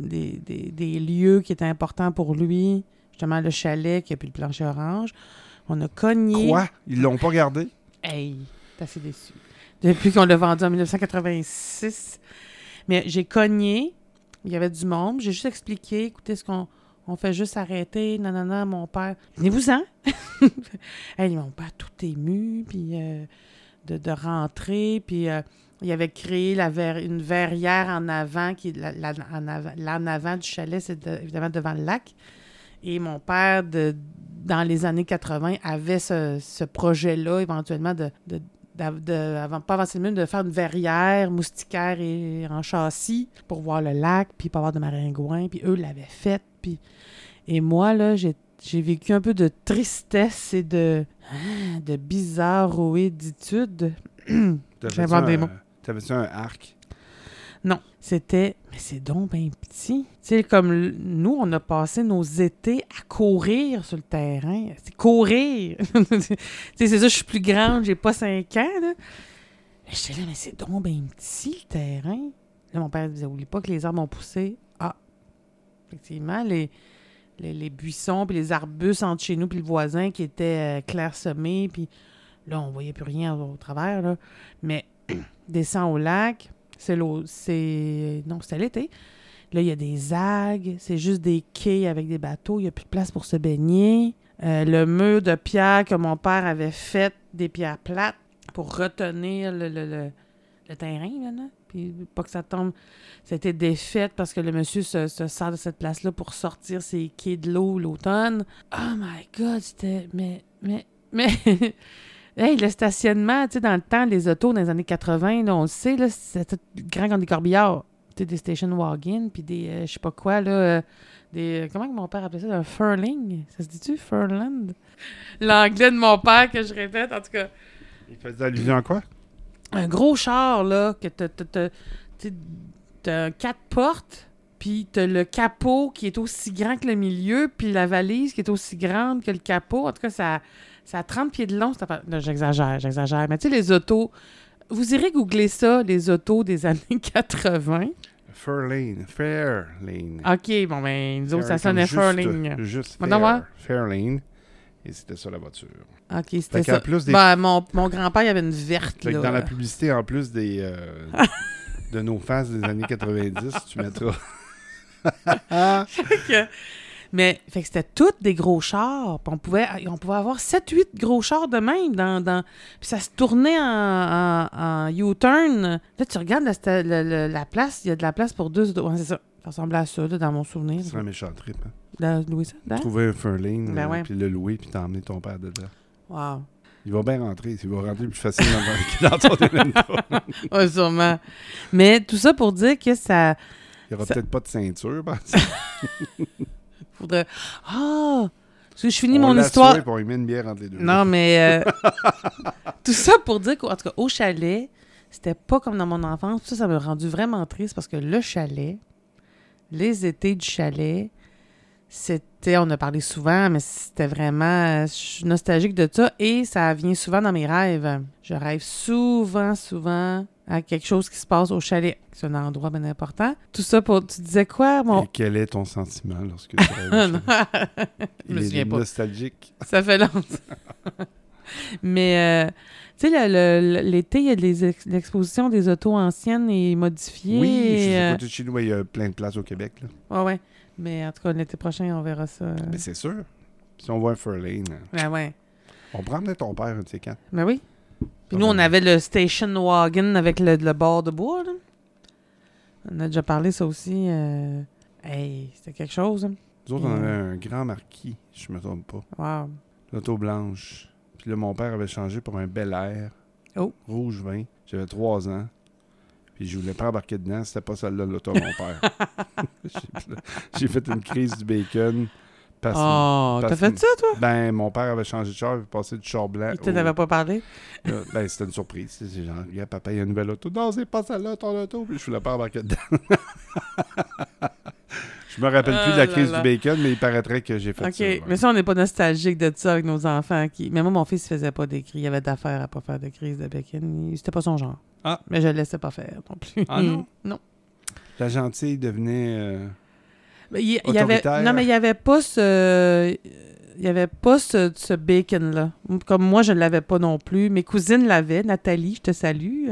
lieux qui étaient importants pour lui. Justement, le chalet qui a plus le plancher orange. On a cogné... Quoi? Ils l'ont pas gardé? Hey, t'es assez déçu. Depuis qu'on l'a vendu en 1986. Mais j'ai cogné, il y avait du monde, j'ai juste expliqué, écoutez, ce qu'on fait juste arrêter, nanana, mon père. Venez-vous-en! Hey, mon père tout ému, puis de rentrer, puis il avait créé une verrière en avant, qui en avant du chalet, c'est évidemment devant le lac. Et mon père, dans les années 80, avait ce projet-là, éventuellement, pas avancer le mieux, de faire une verrière moustiquaire et en châssis pour voir le lac, puis pas avoir de maringouins, puis eux l'avaient fait. Et moi, là, j'ai vécu un peu de tristesse et de bizarroïditude. J'invente des mots. T'avais-tu un arc? Non, c'était... Mais c'est donc bien petit. Tu sais, comme nous, on a passé nos étés à courir sur le terrain. C'est courir! Tu sais, c'est ça, je suis plus grande, j'ai pas 5 ans, là. Mais j'étais là, mais c'est donc bien petit, le terrain. Là, mon père disait, oublie pas que les arbres ont poussé. Ah! Effectivement, les buissons puis les arbustes entre chez nous puis le voisin qui étaient clairsemés, puis là, on voyait plus rien au travers, là. Mais descend au lac... c'était l'été. Là, il y a des algues, c'est juste des quais avec des bateaux, il n'y a plus de place pour se baigner. Le mur de pierre que mon père avait fait, des pierres plates, pour retenir le terrain, là, puis pas que ça tombe. Ça a été défait parce que le monsieur se sert de cette place-là pour sortir ses quais de l'eau l'automne. Oh my God, c'était... Mais... Hey, le stationnement, tu sais, dans le temps, les autos, dans les années 80, là, on le sait, là, c'était grand comme des corbillards. Tu sais, des station wagon, puis des, je sais pas quoi, là, des... Comment que mon père appelait ça? Un furling? Ça se dit-tu? Furland? L'anglais de mon père, que je répète, en tout cas. Il faisait allusion à quoi? Un gros char, là, que t'as 4 portes, puis t'as le capot qui est aussi grand que le milieu, puis la valise qui est aussi grande que le capot. En tout cas, ça a 30 pieds de long. Là, j'exagère. Mais tu sais, les autos... Vous irez googler ça, les autos des années 80. Fairlane. OK, bon, ben, nous autres, ça sonnait Fairlane. Juste Fairlane. Et c'était ça, la voiture. OK, c'était ça. Plus mon grand-père, il avait une verte, là. Dans la publicité, en plus de nos faces des années 90, tu mettras... Mais fait que c'était tous des gros chars. Puis on pouvait avoir 7-8 gros chars de même. Puis ça se tournait en U-turn. Là, tu regardes la place. Il y a de la place pour 2 autos. Ouais, c'est ça. Ça ressemblait à ça, là, dans mon souvenir. C'est un méchant trip. Hein? Louer ça? Trouver un Furlane, ouais. puis le louer, puis t'emmener ton père dedans. Wow. Il va bien rentrer. Il va rentrer plus facile dans ton Elantra. Oui, sûrement. Mais tout ça pour dire que ça... Il n'y aura peut-être pas de ceinture, Faudrait... Ah! Parce que je finis mon histoire... On y met une bière entre les deux. Non, mais... tout ça pour dire qu'en tout cas, au chalet, c'était pas comme dans mon enfance. Ça m'a rendu vraiment triste parce que le chalet, les étés du chalet, c'était... On a parlé souvent, mais c'était vraiment... Je suis nostalgique de ça et ça vient souvent dans mes rêves. Je rêve souvent à quelque chose qui se passe au chalet. C'est un endroit bien important. Tout ça pour... Tu disais quoi, mon... Et quel est ton sentiment lorsque tu rêves? Je me souviens pas. Nostalgique. Ça fait longtemps. Mais, tu sais, l'été, il y a l'exposition des autos anciennes et modifiées. Oui, je sais pas, chez nous, il y a plein de places au Québec. Là. Ouais. Mais en tout cas, l'été prochain, on verra ça. Mais c'est sûr. Si on voit un Furlane, ouais. On prendrait ton père, un de ces 4. Ben oui. Puis nous, on avait le station wagon avec le bord de bois, là. On a déjà parlé, ça aussi. Hey, c'était quelque chose. Hein. Nous autres, on avait un grand marquis, je me trompe pas. Wow. L'auto blanche. Puis là, mon père avait changé pour un Bel Air. Oh. Rouge vin. J'avais 3 ans. Puis je voulais pas embarquer dedans. C'était pas celle-là, l'auto de mon père. J'ai fait une crise du bacon. T'as fait ça, toi? Ben, mon père avait changé de char. Il avait passé du char blanc. Il te l'avait pas parlé? Ben, c'était une surprise. C'est genre, regarde, papa, il y a une nouvelle auto. Non, c'est pas celle-là, ton auto. Puis je voulais pas embarquer dedans. Je me rappelle plus de la crise du bacon, mais il paraîtrait que j'ai fait ça. OK, mais ça, on n'est pas nostalgique de ça avec nos enfants. Mais moi, mon fils, il faisait pas des crises. Il avait d'affaires à pas faire de crise de bacon. C'était pas son genre. Ah. Mais je le laissais pas faire non plus. Ah non? Non. La gentille devenait Il autoritaire. Non, mais il n'y avait pas ce... Il n'y avait pas ce bacon-là. Comme moi, je ne l'avais pas non plus. Mes cousines l'avaient. Nathalie, je te salue.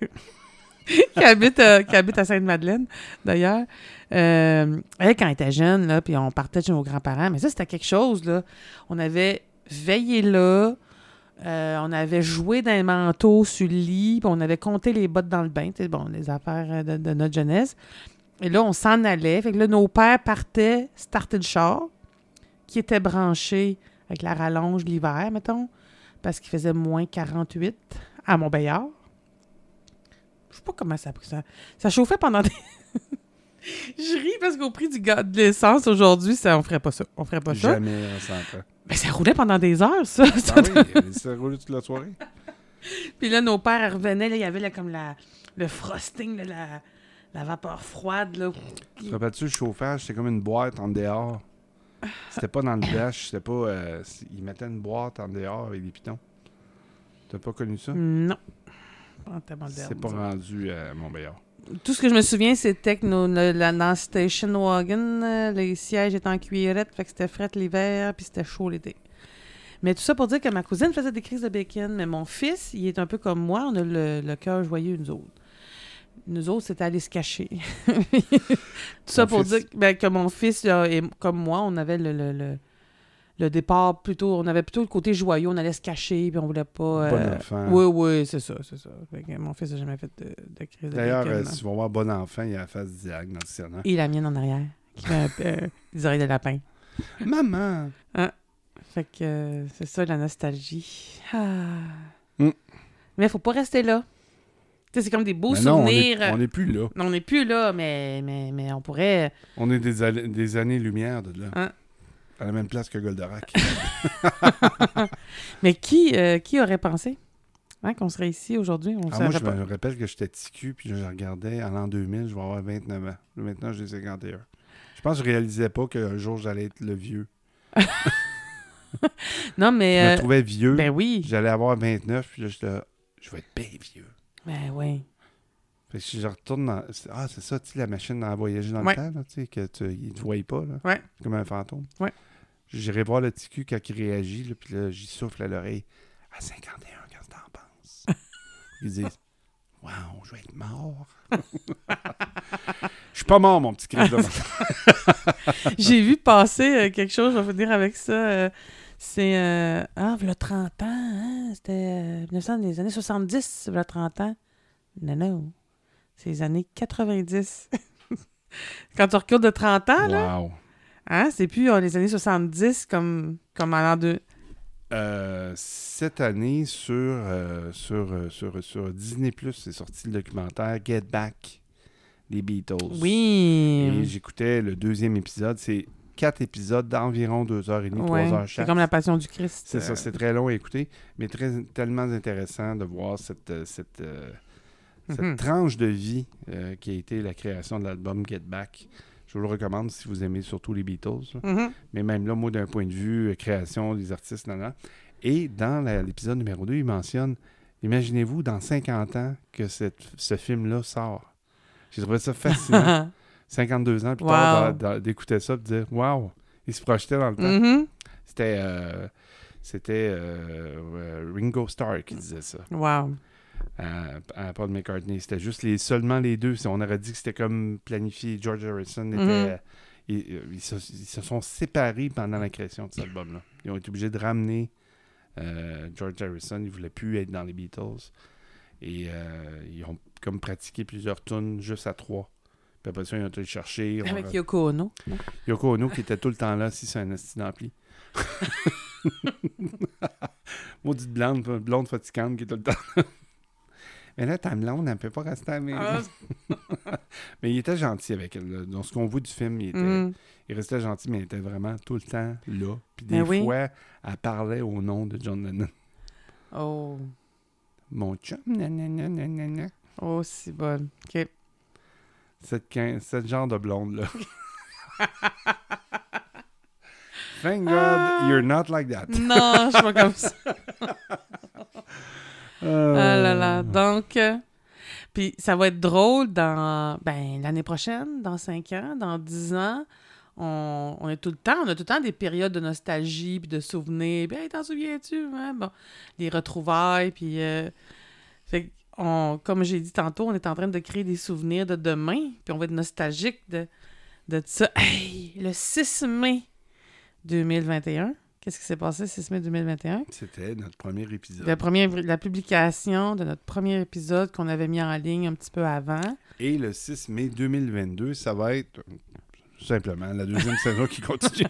qui habite à Sainte-Madeleine, d'ailleurs. Elle, quand elle était jeune, là, puis on partait chez nos grands-parents, mais ça, c'était quelque chose, là. On avait veillé là, on avait joué dans les manteaux sur le lit, puis on avait compté les bottes dans le bain, tu sais, bon, les affaires de notre jeunesse. Et là, on s'en allait. Fait que là, nos pères partaient starter le char, qui était branché avec la rallonge l'hiver, mettons, parce qu'il faisait moins 48 à Montbéliard. Je sais pas comment ça a pris ça. Ça chauffait pendant des... Je ris parce qu'au prix de l'essence aujourd'hui, on ferait pas ça. On ferait pas ça. Jamais on s'entend. Mais ça roulait pendant des heures, ça. Ah oui, ça roulait toute la soirée. Puis là, nos pères revenaient, là, il y avait là, comme le frosting, là, la vapeur froide. Là. Tu te rappelles-tu, le chauffage, c'était comme une boîte en dehors. C'était pas dans le dash, c'était pas... ils mettaient une boîte en dehors avec des pitons. T'as pas connu ça? Non. C'est pas rendu à Montbéliard. Tout ce que je me souviens, c'était que dans le station wagon, les sièges étaient en cuirette, fait que c'était fret l'hiver, puis c'était chaud l'été. Mais tout ça pour dire que ma cousine faisait des crises de bacon, mais mon fils, il est un peu comme moi, on a le cœur joyeux, nous autres. Nous autres, c'était aller se cacher. Tout ça pour dire que mon fils, et comme moi, on avait le départ plutôt... On avait plutôt le côté joyeux, on allait se cacher, puis on voulait pas... Bon enfant. Oui, c'est ça. Fait que mon fils n'a jamais fait de crise de D'ailleurs, bacon. si tu vas voir bon enfant, il a la face diag dans le dictionnaire. Et la mienne en arrière, qui fait des oreilles de lapin. Maman! Fait que c'est ça, la nostalgie. Mm. Mais il faut pas rester là. Tu sais, c'est comme des beaux Mais non, souvenirs. on n'est plus là. On n'est plus là, mais on pourrait... On est des années-lumière de là. Hein? À la même place que Goldorak. Mais qui aurait pensé qu'on serait ici aujourd'hui? Moi, je me rappelle que j'étais ticu, puis je regardais en l'an 2000, je vais avoir 29 ans. Maintenant, j'ai 51. Je pense que je réalisais pas qu'un jour, j'allais être le vieux. Non, mais... Je me trouvais vieux. Ben oui. J'allais avoir 29, puis là, je vais être bien vieux. Ben oui. Fait que si je retourne dans... c'est ça, tu sais, la machine à voyager dans le temps, là, tu sais, que ils ne te voient pas, là. Ouais. Comme un fantôme. Ouais. J'irai voir le petit cul quand il réagit, là, puis là, j'y souffle à l'oreille. À 51, qu'est-ce que t'en penses? Ils disent, wow, je vais être mort. Je suis pas mort, mon petit Chris de mort. J'ai vu passer quelque chose, je vais vous dire avec ça. C'est, il y a 30 ans, hein? C'était les années 70, il y a 30 ans. Non. C'est les années 90. Quand tu recules de 30 ans, là. Wow. Hein? C'est plus les années 70 comme en l'an 2. Cette année, sur Disney+, c'est sorti le documentaire Get Back, les Beatles. Oui. Et j'écoutais le 2e épisode. C'est 4 épisodes d'environ 2h30, 3h chaque. C'est comme la Passion du Christ. C'est ça, c'est très long à écouter, mais tellement intéressant de voir cette tranche de vie qui a été la création de l'album Get Back. Je vous le recommande si vous aimez surtout les Beatles. Mais même là, moi, d'un point de vue création des artistes, Et dans l'épisode numéro 2, il mentionne, imaginez-vous dans 50 ans que ce film-là sort. J'ai trouvé ça fascinant. 52 ans plus tard, d'écouter ça et de dire, wow, il se projetait dans le temps. C'était Ringo Starr qui disait ça. Wow. À Paul McCartney. C'était juste seulement les deux. On aurait dit que c'était comme planifié. George Harrison ils se sont séparés pendant la création de cet album-là. Ils ont été obligés de ramener George Harrison. Il ne voulait plus être dans les Beatles. Et ils ont comme pratiqué plusieurs tunes juste à 3. Puis après ça, ils ont été le chercher. Avec Yoko Ono. Yoko Ono qui était tout le temps là, si c'est un esti d'ampli. Maudite blonde fatigante qui est tout le temps là. Mais là, ta blonde, elle ne peut pas rester à la maison. Mais il était gentil avec elle. Là. Dans ce qu'on voit du film, il restait gentil, mais il était vraiment tout le temps là. Puis des fois, elle parlait au nom de John Lennon. Oh. Mon chum, nanana. Oh, c'est bon. OK. Cette genre de blonde-là. Thank God you're not like that. Non, je suis pas comme ça. Ah là là. Donc, puis ça va être drôle dans l'année prochaine, dans 5 ans, dans 10 ans. On a tout le temps des périodes de nostalgie puis de souvenirs. Puis, hey, t'en souviens-tu? Hein? Bon, les retrouvailles. Puis, fait comme j'ai dit tantôt, on est en train de créer des souvenirs de demain. Puis on va être nostalgique de ça. Hey, le 6 mai 2021. Qu'est-ce qui s'est passé le 6 mai 2021? C'était notre premier épisode. La publication de notre premier épisode qu'on avait mis en ligne un petit peu avant. Et le 6 mai 2022, ça va être tout simplement la deuxième saison qui continue.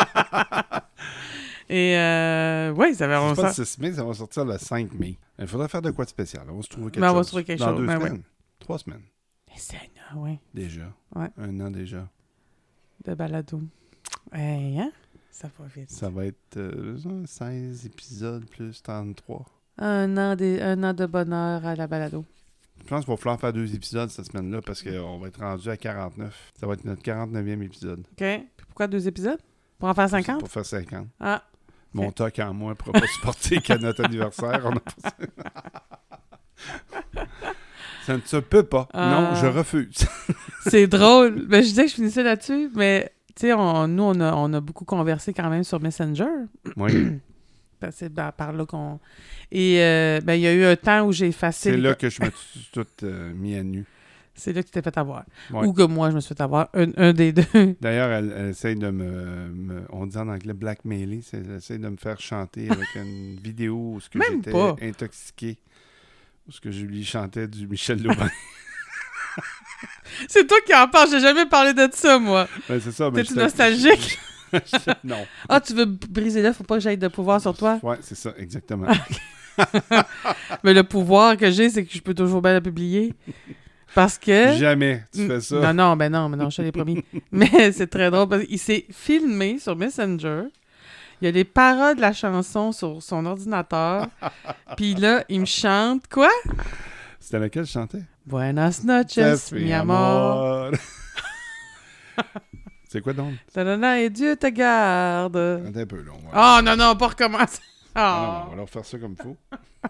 Et oui, ça va... C'est pas le 6 mai, ça va sortir le 5 mai. Il faudrait faire de quoi de spécial. On va se trouver quelque on chose. va se trouver quelque Dans chose. 2 Ben semaines. oui. 3 semaines. Oui. Déjà. Ouais. 1 an déjà. De balado. Hey, hein? Ça va vite. Ça va être 16 épisodes plus 33. Un an de bonheur à la balado. Je pense qu'il va falloir faire 2 épisodes cette semaine-là parce qu'on va être rendu à 49. Ça va être notre 49e épisode. OK. Puis pourquoi 2 épisodes? Pour en faire 50? Pour faire 50. Ah. Mon toc en moi ne pourra pas supporter qu'à notre anniversaire. On a pas... Ça ne se peut pas. Non, je refuse. C'est drôle. Ben, je disais que je finissais là-dessus, mais tu sais, nous, on a beaucoup conversé quand même sur Messenger. Oui. C'est par là qu'on... Et il y a eu un temps où j'ai effacé... C'est là que je me suis tout mis à nu. C'est là que tu t'es fait avoir. Ouais. Ou que moi, je me suis fait avoir. Un des deux. D'ailleurs, elle essaye de on dit en anglais blackmailer, elle essaye de me faire chanter avec une vidéo où j'étais intoxiqué. Où ce que je lui chantais du Michel Louvain. C'est toi qui en parles, j'ai jamais parlé de ça, moi. Ben, c'est ça. T'es-tu nostalgique? Non. Ah, tu veux briser là, faut pas que j'aille de pouvoir sur toi? Ouais, c'est ça, exactement. Mais le pouvoir que j'ai, c'est que je peux toujours bien la publier. Parce que... Jamais tu fais ça. Non, je te l'ai promis. Mais c'est très drôle parce qu'il s'est filmé sur Messenger. Il y a les paroles de la chanson sur son ordinateur. Puis là, il me chante quoi? C'était laquelle je chantais? Buenas noches, mi amor. C'est quoi donc? Ta-da-da, et Dieu te garde. Attends un peu long. Ouais. Oh non, pas recommencer. Oh. Non, on va leur faire ça comme il faut.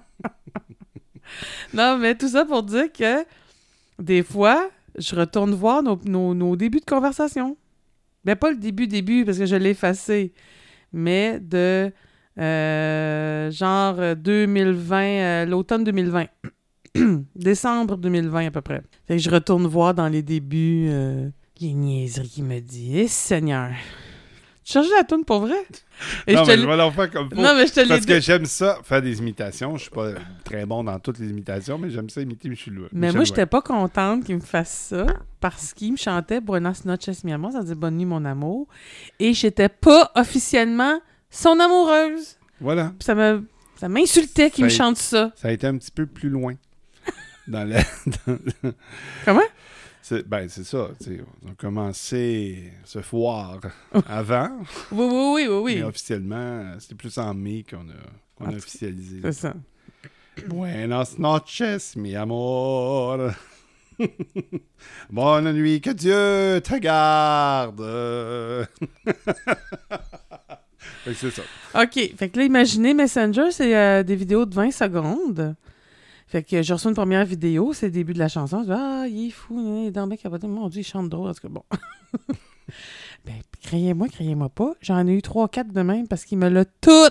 Non, mais tout ça pour dire que des fois, je retourne voir nos débuts de conversation. Ben, pas le début, parce que je l'ai effacé, mais de genre 2020, l'automne 2020. Décembre 2020 à peu près. Fait que je retourne voir dans les débuts les niaiseries qu'il me dit. Eh, Seigneur! Tu cherches la toune pour vrai? Et non, mais je vais leur faire comme faut. Non, mais je te l'ai parce que j'aime ça, faire des imitations. Je suis pas très bon dans toutes les imitations, mais j'aime ça imiter Michel Louvain. Mais moi, j'étais pas contente qu'il me fasse ça parce qu'il me chantait Buenas noches, mi amor. Ça disait Bonne nuit, mon amour. Et j'étais pas officiellement son amoureuse. Voilà. Puis ça m'insultait qu'il me chante ça. Ça a été un petit peu plus loin. Comment? C'est ça. On a commencé ce foire avant. Oui. Mais officiellement, c'était plus en mai qu'on a officialisé. C'est ça. Buenas noches, mi amor. Bonne nuit, que Dieu te garde. C'est ça. OK. Fait que là, imaginez, Messenger, c'est des vidéos de 20 secondes. Fait que j'ai reçu une première vidéo, c'est le début de la chanson. Je dis, il est fou, il est dans le mec capoté. Mon Dieu, il chante drôle. Parce que bon. Ben, criez-moi pas. J'en ai eu 3-4 de même parce qu'il me l'a tout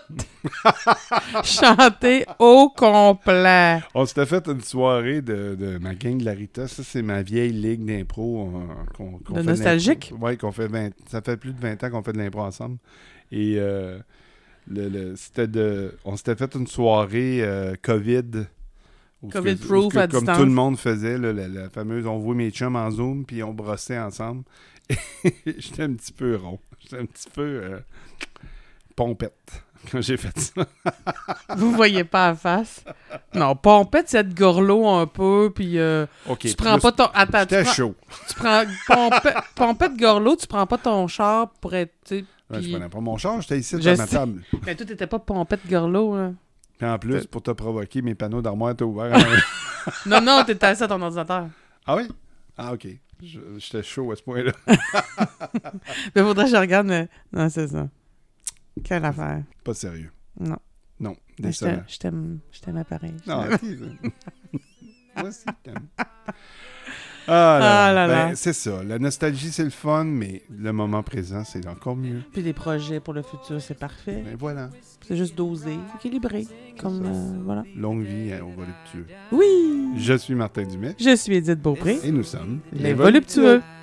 chanté au complet. On s'était fait une soirée de ma gang de la Rita. Ça, c'est ma vieille ligue d'impro. qu'on de fait nostalgique? Oui, qu'on fait ça fait plus de 20 ans qu'on fait de l'impro ensemble. Et on s'était fait une soirée COVID Où COVID-proof à comme distance. tout le monde faisait, là, la fameuse, on voit mes chums en Zoom, puis on brossait ensemble. J'étais un petit peu rond. J'étais un petit peu pompette quand j'ai fait ça. Vous voyez pas la face. Non, pompette, c'est être gorlot un peu, puis OK. tu prends pas ton... Attends, J'étais chaud. tu prends pompette gorlot, tu prends pas ton char pour être... tu sais, Ouais, puis- je prenais pas mon char, j'étais ici Je dans ma sais. table. Mais toi, t'étais pas pompette gorlot, là. Puis en plus, pour te provoquer, mes panneaux d'armoire étaient ouverts. Non, t'étais assis à ton ordinateur. Ah oui? Ah, OK. J'étais chaud à ce point-là. Mais faudrait que je regarde, mais... Non, c'est ça. Quelle affaire. Pas sérieux. Non. Non, Mais décevant. je t'aime pareil. Non, ok. Moi aussi, je t'aime. Ah là, Ah là là. Ben, c'est ça. La nostalgie, c'est le fun, mais le moment présent, c'est encore mieux. Puis les projets pour le futur, c'est parfait. Ben voilà. C'est juste doser, équilibré. Comme, voilà. Longue vie au voluptueux. Oui! Je suis Martin Dumais Je suis Édith Beaupré. et nous sommes Les voluptueux.